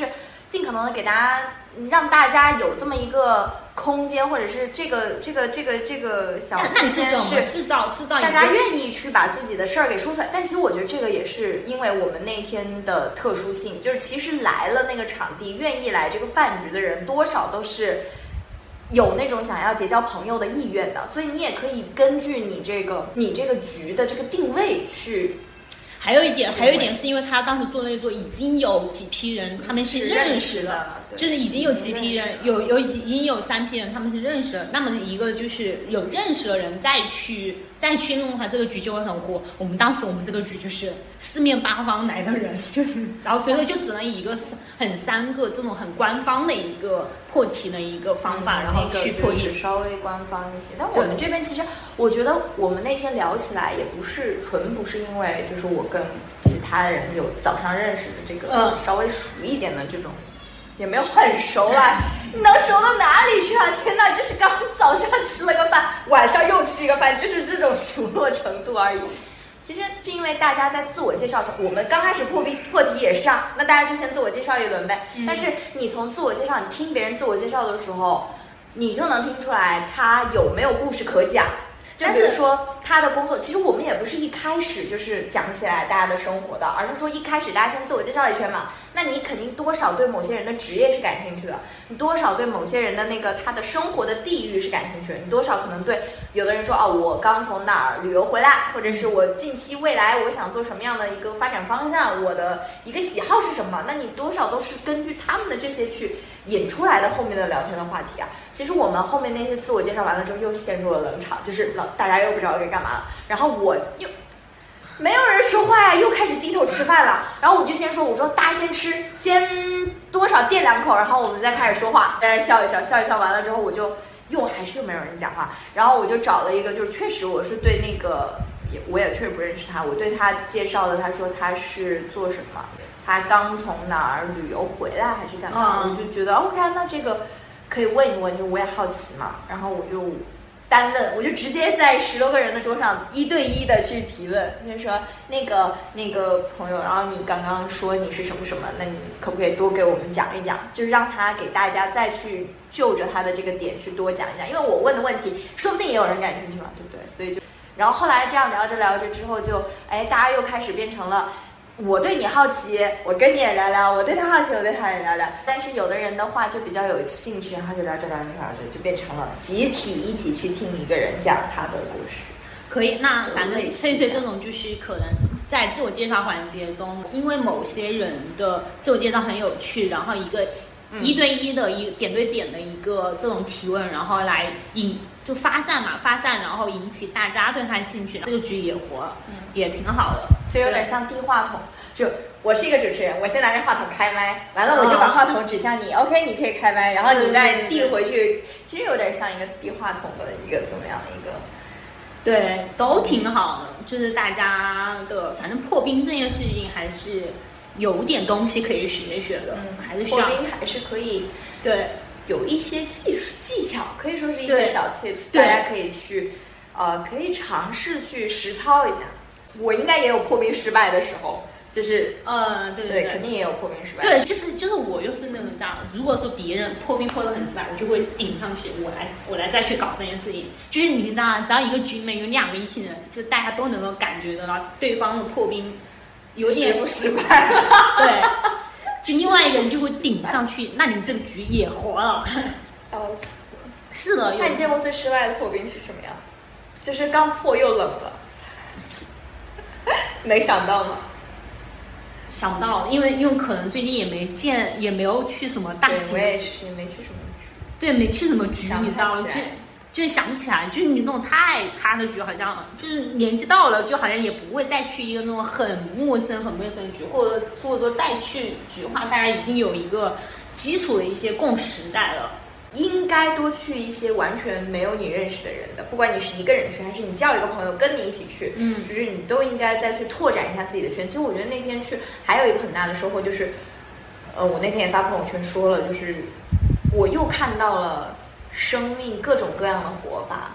尽可能的给大家让大家有这么一个空间，或者是这个小空间是制造大家愿意去把自己的事儿给说出来。但其实我觉得这个也是因为我们那天的特殊性，就是其实来了那个场地，愿意来这个饭局的人，多少都是有那种想要结交朋友的意愿的，所以你也可以根据你这个局的这个定位去。 还有一点是因为他当时做那座已经有几批人，他们是认识的，就是已经有几批人，已经有3批人他们是认识的。那么一个就是有认识的人再去弄的话，这个局就会很火。我们当时这个局就是四面八方来的人，就是然后所以就只能以一个3个这种很官方的一个破题的一个方法，然后去破题， 稍微官方一些。但我们这边其实我觉得我们那天聊起来也不是因为就是我跟其他的人有早上认识的这个稍微熟一点的这种，也没有很熟啦。你能熟到哪里去啊？天哪，就是刚早上吃了个饭，晚上又吃一个饭，就是这种熟络程度而已。其实是因为大家在自我介绍的时候，我们刚开始破题也是啊，那大家就先自我介绍一轮呗。但是你从自我介绍，你听别人自我介绍的时候，你就能听出来他有没有故事可讲。就比如说他的工作，其实我们也不是一开始就是讲起来大家的生活的，而是说一开始大家先自我介绍一圈嘛。那你肯定多少对某些人的职业是感兴趣的，你多少对某些人的那个他的生活的地域是感兴趣的，你多少可能对有的人说我刚从哪儿旅游回来，或者是我近期未来我想做什么样的一个发展方向，我的一个喜好是什么，那你多少都是根据他们的这些去引出来的后面的聊天的话题啊。其实我们后面那些自我介绍完了之后又陷入了冷场，就是大家又不知道该干嘛了，然后我又没有人说话呀，又开始低头吃饭了。然后我就先说，我说大家先吃，先多少垫2口，然后我们再开始说话。大家笑一笑，完了之后我就还是没有人讲话。然后我就找了一个，就是确实我是对那个我也确实不认识他，我对他介绍的，他说他是做什么，他刚从哪儿旅游回来还是干嘛，我就觉得 OK， 那这个可以问一问，就我也好奇嘛。然后我就单问，我就直接在10多个人的桌上1对1的去提问，就是说那个朋友，然后你刚刚说你是什么什么，那你可不可以多给我们讲一讲，就是让他给大家再去就着他的这个点去多讲一讲，因为我问的问题说不定也有人感兴趣嘛，对不对？所以就然后后来这样聊着之后就大家又开始变成了我对你好奇，我跟你也聊聊，我对他好奇，我对他也聊聊。但是有的人的话就比较有兴趣，然后就聊着就变成了集体一起去听一个人讲他的故事。 可以，那反正翠这种就是可能在自我介绍环节中，因为某些人的自我介绍很有趣，然后一个1对1的一点对点的一个这种提问，然后来就发散，然后引起大家对他兴趣，这个局也活了，也挺好的。 就有点像递话筒，就我是一个主持人，我先拿着话筒开麦，完了我就把话筒指向你，OK， 你可以开麦，然后你再递回去，其实有点像一个递话筒的一个怎么样的一个， 对，都挺好的。就是大家的，反正破冰这件事情还是有点东西可以学的，还是需要破冰还是可以， 对， 有一些技巧，可以说是一些小 tips， 大家可以去可以尝试去实操一下。我应该也有破冰失败的时候，就是对，肯定也有破冰失败。 对，就是我又是那种这样，如果说别人破冰破得很失败，我就会顶上去，我来再去搞这件事情。就是你知道吗？只要一个局里面有2个异性人，就大家都能够感觉得到对方的破冰有点不失败， 对，就另外一个人就会顶上去，那你们这个局也活了。 笑死！ 是的， 那你见过最失败的破冰是什么样？就是刚破又冷了。能想到吗？ 想不到，因为可能最近也没有去什么大型， 我也是没去什么局， 对，没去什么局，你知道吗？就是想不起来，就是你那种太差的局，好像就是年纪到了，就好像也不会再去一个那种很陌生的局，或者说再去局的话，大家一定有一个基础的一些共识在了。 应该多去一些完全没有你认识的人的，不管你是一个人去还是你叫一个朋友跟你一起去，就是你都应该再去拓展一下自己的圈。其实我觉得那天去还有一个很大的收获就是，我那天也发朋友圈说了，就是我又看到了生命各种各样的活法。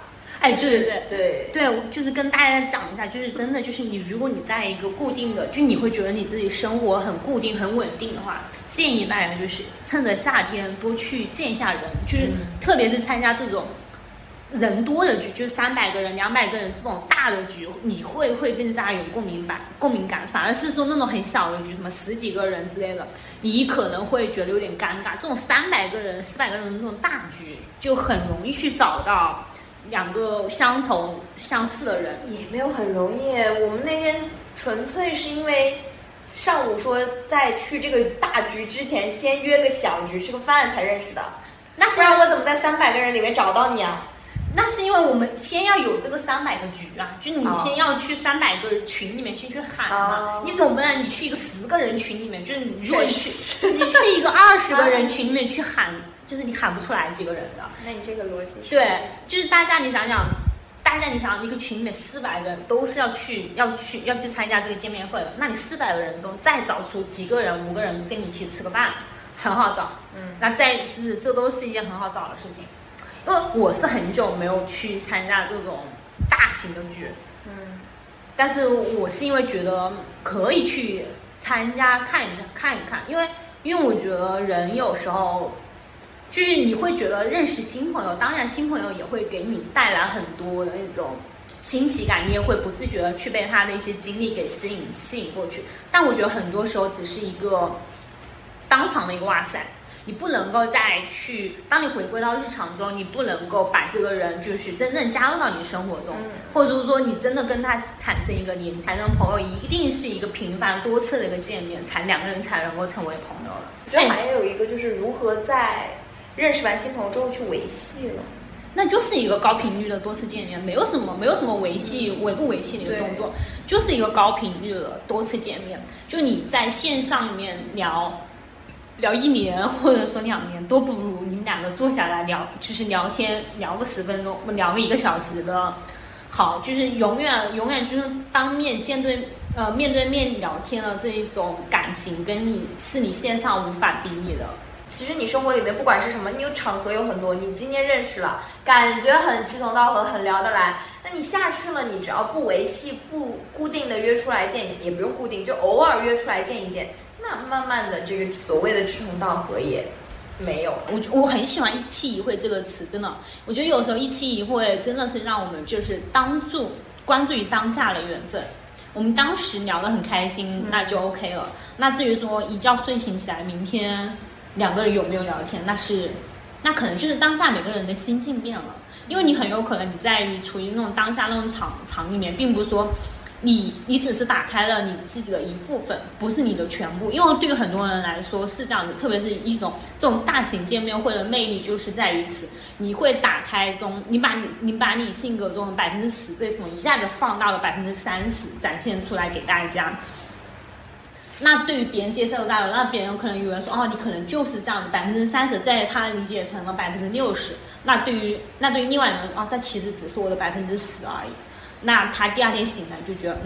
哎，对对， 就是跟大家讲一下，就是真的，就是如果你在一个固定的，就你会觉得你自己生活很固定、很稳定的话，建议大家就是趁着夏天多去见一下人，就是特别是参加这种人多的局，就是300个人、200个人这种大的局，你会更加有共鸣感。反而是说那种很小的局，什么10几个人之类的，你可能会觉得有点尴尬。这种300个人、400个人的这种大局，就很容易去找到2个相同相似的人。 也没有很容易，我们那天纯粹是因为上午说在去这个大局之前先约个小局吃个饭才认识的，那不然我怎么在300个人里面找到你啊？ 那是因为我们先要有这个300个局啊，就是你先要去300个群里面先去喊嘛，你总不能你去一个10个人群里面，就是如果你去一个20个人群里面去喊，就是你喊不出来几个人的。 那你这个逻辑是对，就是大家你想想一个群里面400个人都是要去参加这个见面会的，那你400个人中再找出几个人5个人跟你一起吃个饭，很好找。那这都是一件很好找的事情。因为我是很久没有去参加这种大型的局，但是我是因为觉得可以去参加看一看，因为我觉得人有时候就是你会觉得认识新朋友，当然新朋友也会给你带来很多的那种新奇感，你也会不自觉的去被他的一些经历给吸引过去。但我觉得很多时候只是一个当场的一个哇塞。你不能够当你回归到日常中，你不能够把这个人就是真正加入到你生活中，或者说你真的跟他产生一个连接。这种朋友一定是一个频繁多次的一个见面，2个人才能够成为朋友的。 我觉得还有一个就是如何在认识完新朋友之后去维系了， 那就是一个高频率的多次见面，没有什么维不维系的一个动作，就是一个高频率的多次见面。就你在线上里面聊1年或者说2年，都不如你们2个坐下来聊，就是聊天聊个10分钟，聊个1个小时的好，就是永远就是当面面对面聊天的这一种感情，跟你线上无法比拟的。 其实你生活里面不管是什么，你有场合有很多，你今天认识了，感觉很志同道合，很聊得来，那你下去了，你只要不维系，不固定的约出来见，也不用固定，就偶尔约出来见一见，那慢慢的这个所谓的志同道合也没有。 我很喜欢一期一会这个词，真的，我觉得有时候一期一会真的是让我们就是关注于当下的缘分。我们当时聊得很开心，那就 OK 了。那至于说一觉睡醒起来，明天2个人有没有聊天，那可能就是当下每个人的心境变了，因为你很有可能你在于处于那种当下那种场里面，并不是说你只是打开了你自己的一部分，不是你的全部。因为对于很多人来说是这样子，特别是这种大型见面会的魅力就是在于此，你会打开你把你性格中的10%这部分一下子放大了30%，展现出来给大家。那对于别人接受到了，那别人可能以为说你可能就是这样的30%，在他理解成了60%。那对于另外一个人这其实只是我的10%而已。那他第2天醒来就觉得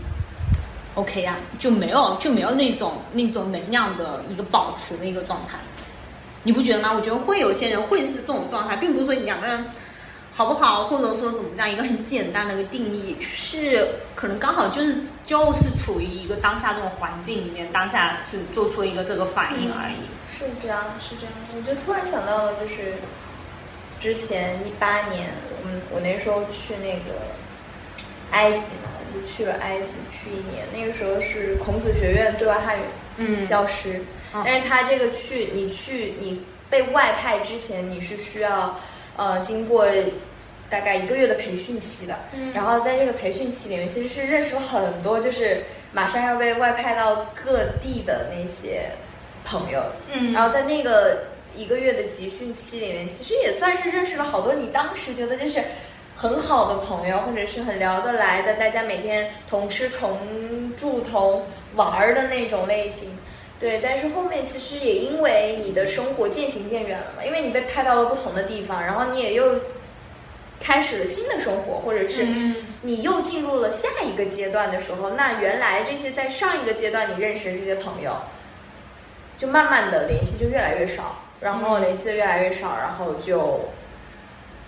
OK 啊，就没有那种能量的一个保持的一个状态，你不觉得吗？我觉得会有些人会是这种状态，并不是说你2个人好不好，或者说怎么样，一个很简单的一个定义，就是可能刚好就是处于一个当下这种环境里面，当下就做出一个这个反应而已。 是这样。我就突然想到了，就是之前18年，我那时候去那个埃及嘛，我就去了埃及去1年。那个时候是孔子学院对外汉语教师，但是他这个你被外派之前，你是需要经过大概1个月的培训期的。然后在这个培训期里面，其实是认识了很多就是马上要被外派到各地的那些朋友。然后在那个1个月的集训期里面，其实也算是认识了好多你当时觉得就是很好的朋友，或者是很聊得来的，大家每天同吃同住同玩的那种类型。对，但是后面其实也因为你的生活渐行渐远了嘛，因为你被派到了不同的地方，然后你也又开始了新的生活，或者是你又进入了下一个阶段的时候，那原来这些在上一个阶段你认识的这些朋友，就慢慢的联系就越来越少，然后联系的越来越少，然后就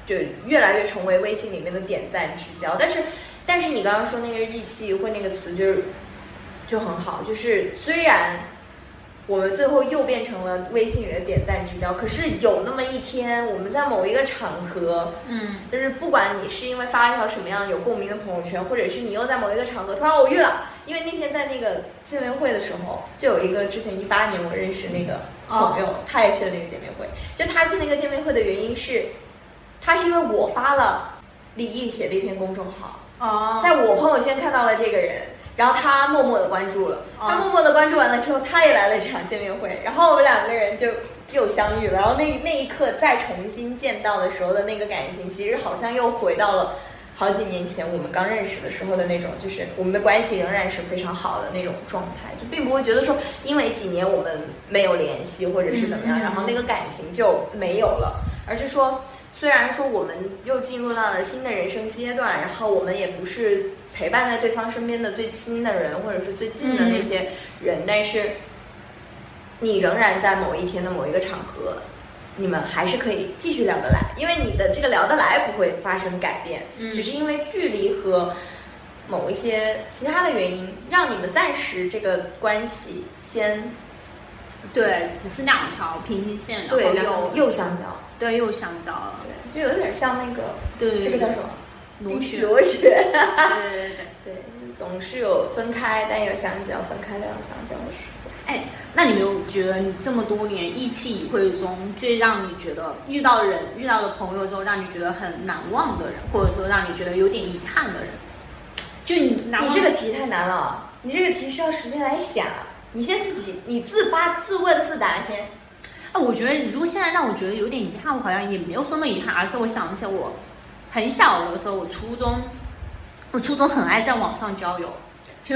就越来越成为微信里面的点赞之交。但是你刚刚说那个日记期会那个词就很好，就是虽然我们最后又变成了微信里的点赞之交，可是有那么一天我们在某一个场合，就是不管你是因为发了一条什么样有共鸣的朋友圈，或者是你又在某一个场合突然偶遇了，因为那天在那个见面会的时候，就有一个之前18年我认识那个朋友，他也去了那个见面会。就他去那个见面会的原因是，他是因为我发了李毅写的一篇公众号，在我朋友圈看到了这个人，然后他默默的关注了，他默默的关注完了之后，他也来了这场见面会，然后我们两个人就又相遇了，然后那一刻再重新见到的时候的那个感情，其实好像又回到了好几年前我们刚认识的时候的那种，就是我们的关系仍然是非常好的那种状态，就并不会觉得说因为几年我们没有联系或者是怎么样，然后那个感情就没有了，而是说虽然说我们又进入到了新的人生阶段，然后我们也不是陪伴在对方身边的最亲的人或者是最近的那些人，但是你仍然在某一天的某一个场合，你们还是可以继续聊得来，因为你的这个聊得来不会发生改变，只是因为距离和某一些其他的原因让你们暂时这个关系先对，只是两条平行线， 对， 然后又相交， 对，又相交了， 对，就有点像那个， 对， 这个叫什么？ 螺旋， 对，总是有分开但又相交，分开但又相交的时候。 哎，那你没有觉得你这么多年一期一会中，最让你觉得遇到的朋友之后，让你觉得很难忘的人，或者说让你觉得有点遗憾的人？就你这个题太难了，你这个题需要时间来想，你先你自发自问自答先。 我觉得如果现在让我觉得有点遗憾，我好像也没有这么遗憾，而是我想起我很小的时候，我初中很爱在网上交友，就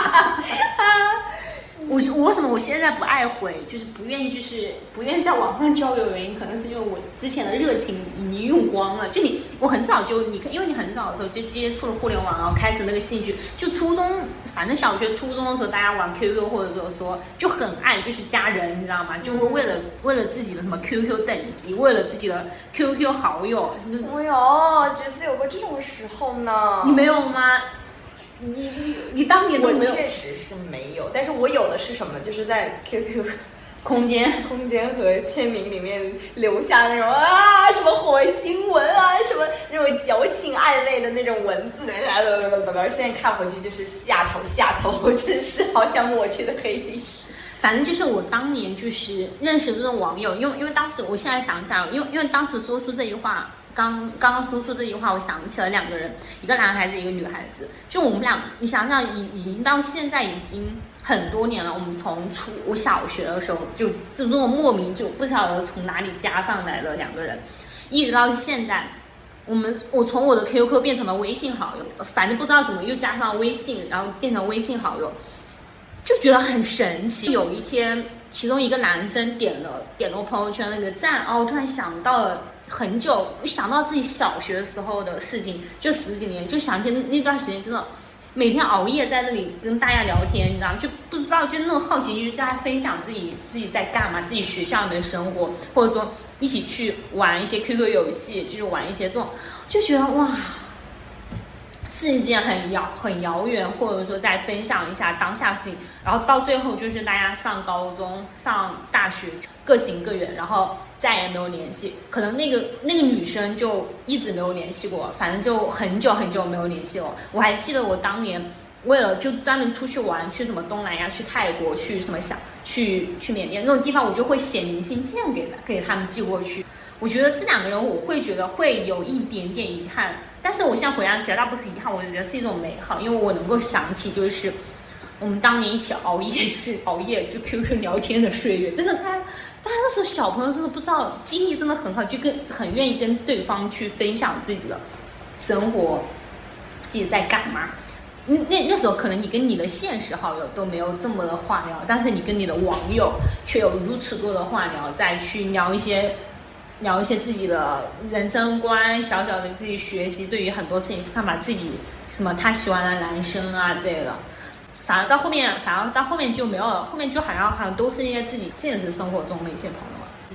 我为什么我现在不爱回，就是不愿意在网上交流，原因可能是因为我之前的热情已经用光了。就我很早就因为你很早的时候就接触了互联网，然后开始那个兴趣，就初中反正小学初中的时候，大家玩 QQ 或者说就很爱就是加人，你知道吗？就会为了自己的什么 QQ 等级，为了自己的 QQ 好友， 我有觉得有过这种时候呢。 你没有吗？你当年都没有？ 我确实是没有，但是我有的是什么？就是在 QQ 空间和签名里面留下那种什么火星文什么那种矫情暧昧的那种文字，现在看回去就是下头，真是好想抹去的黑历史。 反正就是我当年就是认识这种网友，因为当时我现在想起来，因为当时说出这句话。刚刚说出这句话，我想起了两个人，一个男孩子，一个女孩子。就我们俩，你想想，已经到现在已经很多年了。我们从我小学的时候就这种莫名就不晓得从哪里加上来的两个人，一直到现在，我从我的 QQ 变成了微信好友，反正不知道怎么又加上微信，然后变成微信好友，就觉得很神奇。有一天，其中一个男生点了我朋友圈那个赞，我突然想到了。很久想到自己小学时候的事情，就10几年，就想起那段时间真的每天熬夜在那里跟大家聊天，你知道，就不知道就那种好奇，就在分享自己在干嘛，自己学校里的生活，或者说一起去玩一些 QQ 游戏，就是玩一些这种，就觉得哇，是一件很遥远，或者说再分享一下当下事情，然后到最后就是大家上高中、上大学各行各远，然后再也没有联系。可能那个女生就一直没有联系过，反正就很久没有联系了。我还记得我当年为了就专门出去玩，去什么东南亚、去泰国、去什么去缅甸那种地方，我就会写明信片给他们寄过去。我觉得这两个人我会觉得会有一点点遗憾，但是我现在回想起来，那不是遗憾，我觉得是一种美好，因为我能够想起就是我们当年一起熬夜就 QQ 聊天的岁月，真的大家那时候小朋友真的不知道，精力真的很好，就很愿意跟对方去分享自己的生活，自己在干嘛。那时候可能你跟你的现实好友都没有这么的话聊，但是你跟你的网友却有如此多的话聊，再去聊一些自己的人生观，小小的自己学习，对于很多事情看法，自己什么他喜欢的男生这个，反而到后面就没有了，后面就好像都是一些自己现实生活中的一些朋友了。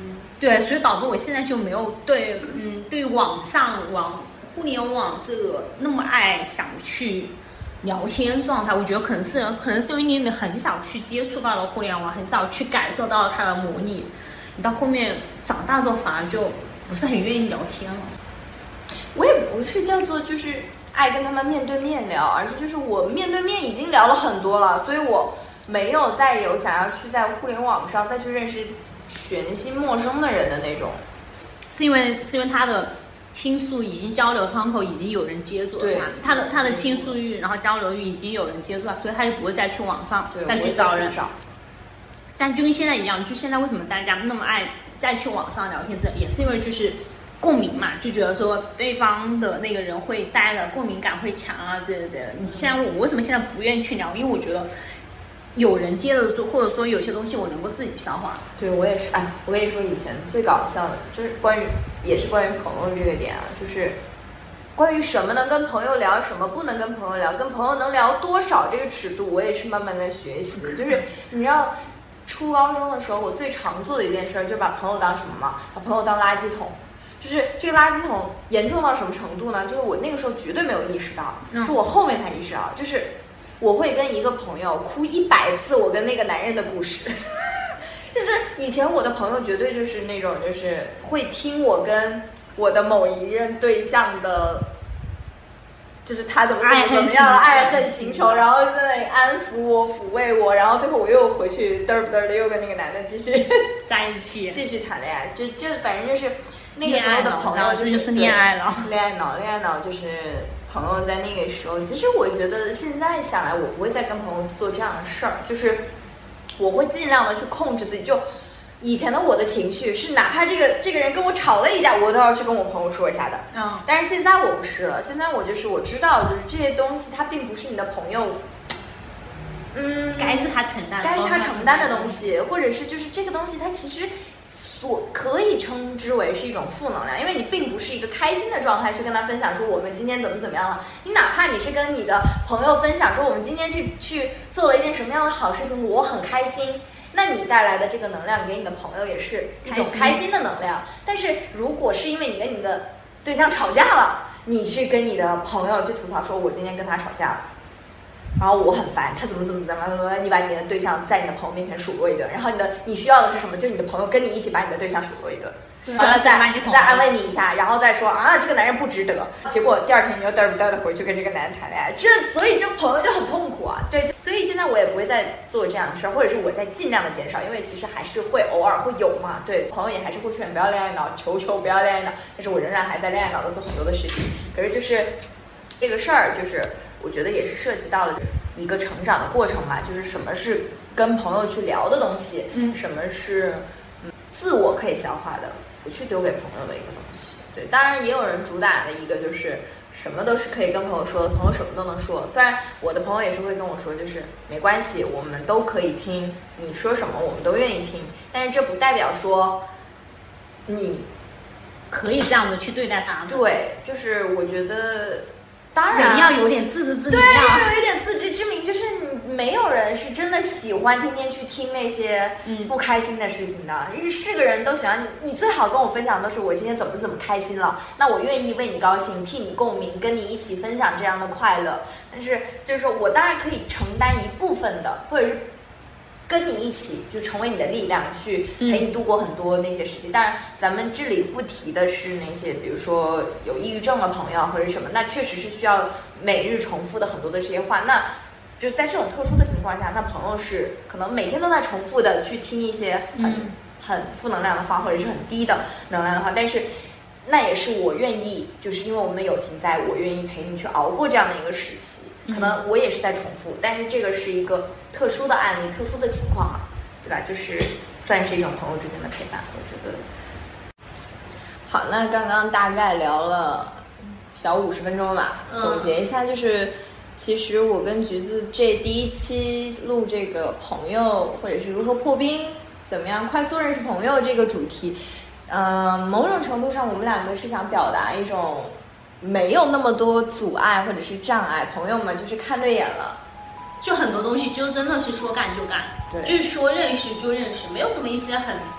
对，所以导致我现在就没有对网互联网这个那么爱想去聊天状态。我觉得可能是因为你很少去接触到了互联网，很少去感受到了它的魔力，你到后面长大之后反而就不是很愿意聊天了。 我也不是叫做就是爱跟他们面对面聊，而是就是我面对面已经聊了很多了，所以我没有再有想要去在互联网上再去认识全新陌生的人的那种。 是因为他的倾诉已经交流窗口已经有人接住了他的倾诉欲，然后交流欲已经有人接住了，所以他就不会再去网上再去找人。但就跟现在一样，就现在为什么大家那么爱再去网上聊天，这也是因为就是共鸣嘛，就觉得说对方的那个人会带来共鸣感会强啊，这的。你现在我为什么现在不愿意去聊？因为我觉得有人接着做，或者说有些东西我能够自己消化。 对，我也是。我跟你说，以前最搞笑的就是关于朋友这个点啊，就是关于什么能跟朋友聊，什么不能跟朋友聊，跟朋友能聊多少这个尺度，我也是慢慢在学习的。就是你知道，初高中的时候，我最常做的一件事就是把朋友当什么嘛？把朋友当垃圾桶。就是这个垃圾桶严重到什么程度呢？就是我那个时候绝对没有意识到，是我后面才意识到，就是我会跟一个朋友哭100次我跟那个男人的故事。就是以前我的朋友绝对就是那种就是会听我跟我的某一任对象的，就是他怎么样了，爱恨情仇，然后在那里安抚我抚慰我，然后最后我又回去嘚儿不嘚儿的又跟那个男的继续在一起继续谈恋爱，就反正就是那个时候的朋友这就是恋爱脑。 恋爱脑就是朋友在那个时候。其实我觉得现在想来，我不会再跟朋友做这样的事儿，就是我会尽量的去控制自己。就以前的我的情绪是，哪怕这个人跟我吵了一架，我都要去跟我朋友说一下的。但是现在我不是了，现在我就是我知道，就是这些东西它并不是你的朋友， 该是他承担的东西，或者是就是这个东西它其实所可以称之为是一种负能量，因为你并不是一个开心的状态去跟他分享说我们今天怎么样了。你哪怕你是跟你的朋友分享说我们今天去做了一件什么样的好事情，我很开心，那你带来的这个能量给你的朋友也是一种开心的能量。但是如果是因为你跟你的对象吵架了，你去跟你的朋友去吐槽说我今天跟他吵架了，然后我很烦他怎么你把你的对象在你的朋友面前数落一顿，然后你需要的是什么？就是你的朋友跟你一起把你的对象数落一顿，完了再安慰你一下，然后再说这个男人不值得。结果第二天你又嘚不嘚的回去跟这个男人谈恋爱，所以这朋友就很痛苦啊。对，所以现在我也不会再做这样的事儿，或者是我在尽量的减少，因为其实还是会偶尔会有嘛。对，朋友也还是会劝不要恋爱脑，求不要恋爱脑，但是我仍然还在恋爱脑的做很多的事情。可是就是这个事儿，就是我觉得也是涉及到了一个成长的过程吧，就是什么是跟朋友去聊的东西，什么是自我可以消化的，不去丢给朋友的一个东西。对，当然也有人主打的一个就是什么都是可以跟朋友说的，朋友什么都能说。虽然我的朋友也是会跟我说，就是没关系，我们都可以听，你说什么我们都愿意听，但是这不代表说你可以这样的去对待他们。 对，就是我觉得当然人要有点自知之明， 对，要有一点自知之明，就是没有人是真的喜欢天天去听那些不开心的事情的。是个人都喜欢你最好跟我分享的都是我今天怎么开心了，那我愿意为你高兴，替你共鸣，跟你一起分享这样的快乐。但是就是说我当然可以承担一部分的，或者是跟你一起就成为你的力量，去陪你度过很多那些事情。当然咱们这里不提的是那些比如说有抑郁症的朋友或者什么，那确实是需要每日重复的很多的这些话，那就在这种特殊的情况下，那朋友是可能每天都在重复的去听一些很负能量的话，或者是很低的能量的话，但是那也是我愿意，就是因为我们的友情在，我愿意陪你去熬过这样的一个时期。可能我也是在重复，但是这个是一个特殊的案例，特殊的情况嘛，对吧？就是算是一种朋友之间的陪伴，我觉得。好，那刚刚大概聊了小50分钟吧，总结一下，就是其实我跟橘子这第一期录这个朋友或者是如何破冰，怎么样快速认识朋友这个主题，某种程度上我们两个是想表达一种没有那么多阻碍或者是障碍，朋友们就是看对眼了， 就很多东西就真的是说干就干， 对， 就是说认识就认识，没有什么一些很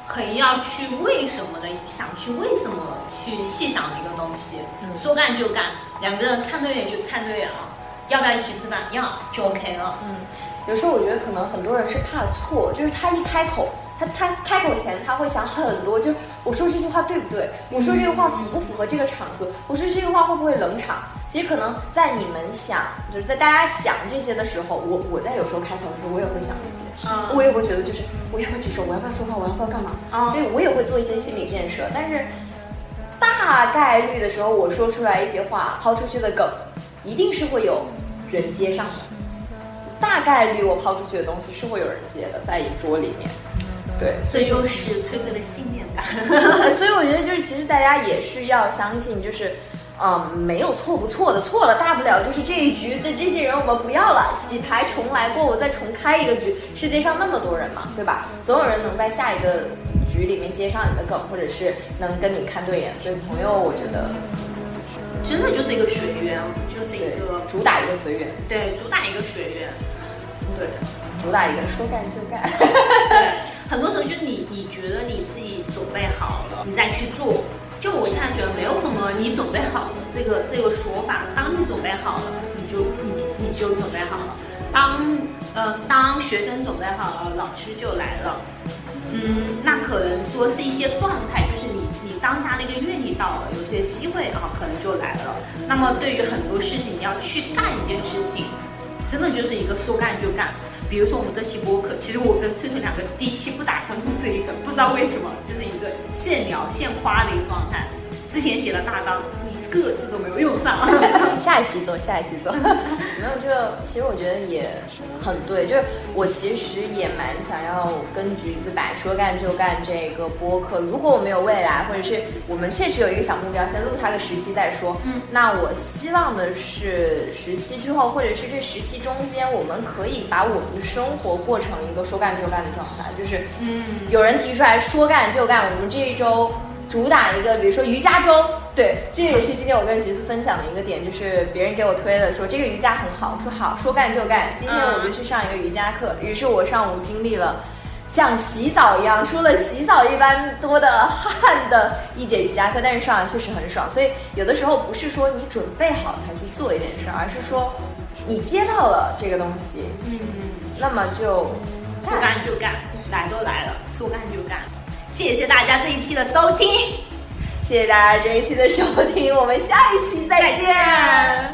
很要去为什么的，想去为什么去细想的一个东西。说干就干，两个人看对眼就看对眼了，要不要一起吃饭？要就 OK 了。 有时候我觉得可能很多人是怕错，就是他一开口，他开口前他会想很多，就是我说这句话对不对？我说这句话符不符合这个场合？我说这句话会不会冷场？其实可能在你们想，就是在大家想这些的时候，我在有时候开口的时候，我也会想这些，我也会觉得就是我要不要举手，我要不要说话，我要不要干嘛？所以我也会做一些心理建设。但是大概率的时候，我说出来一些话，抛出去的梗，一定是会有人接上的。大概率我抛出去的东西是会有人接的，在一桌里面。对， 这就是翠翠的信念感。 所以我觉得就是其实大家也是要相信，就是没有错不错的，错了大不了就是这一局的这些人我们不要了，洗牌重来过，我再重开一个局。世界上那么多人嘛，对吧？总有人能在下一个局里面接上你的梗，或者是能跟你看对眼。所以朋友，我觉得真的就是一个学员，就是一个主打一个随缘， 对，主打一个学员，对， 主打一个说干就干。 对，很多时候就是你觉得你自己准备好了，你再去做。就我现在觉得没有什么你准备好了这个说法，当你准备好了，你就准备好了。当学生准备好了，老师就来了。那可能说是一些状态，就是你当下那个阅历到了，有些机会啊，可能就来了。那么对于很多事情，你要去干一件事情，真的就是一个说干就干。比如说我们这期播客，其实我跟翠翠两个第一期不打算做这一个，不知道为什么，就是一个现聊现夸的一个状态。之前写了大纲，一个字都没有用上。 下一期做。没有，就其实我觉得也很对，就是我其实也蛮想要跟橘子把说干就干这个播客，如果我们有未来，或者是我们确实有一个小目标，先录它个10期再说。那我希望的是10期之后，或者是这10期中间，我们可以把我们的生活过成一个说干就干的状态，就是有人提出来说干就干，我们这一周主打一个，比如说瑜伽周，对，这个也是今天我跟橘子分享的一个点，就是别人给我推的，说这个瑜伽很好，我说好，说干就干。今天我就去上一个瑜伽课，于是我上午经历了像洗澡一样，出了洗澡一般多的汗的一节瑜伽课，但是上完确实很爽。所以有的时候不是说你准备好才去做一点事，而是说你接到了这个东西，那么就说干就干，来都来了，说干就干。谢谢大家这一期的收听， 谢谢大家这一期的收听，我们下一期再见。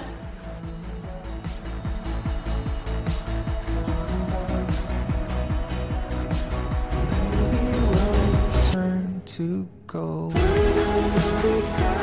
To go.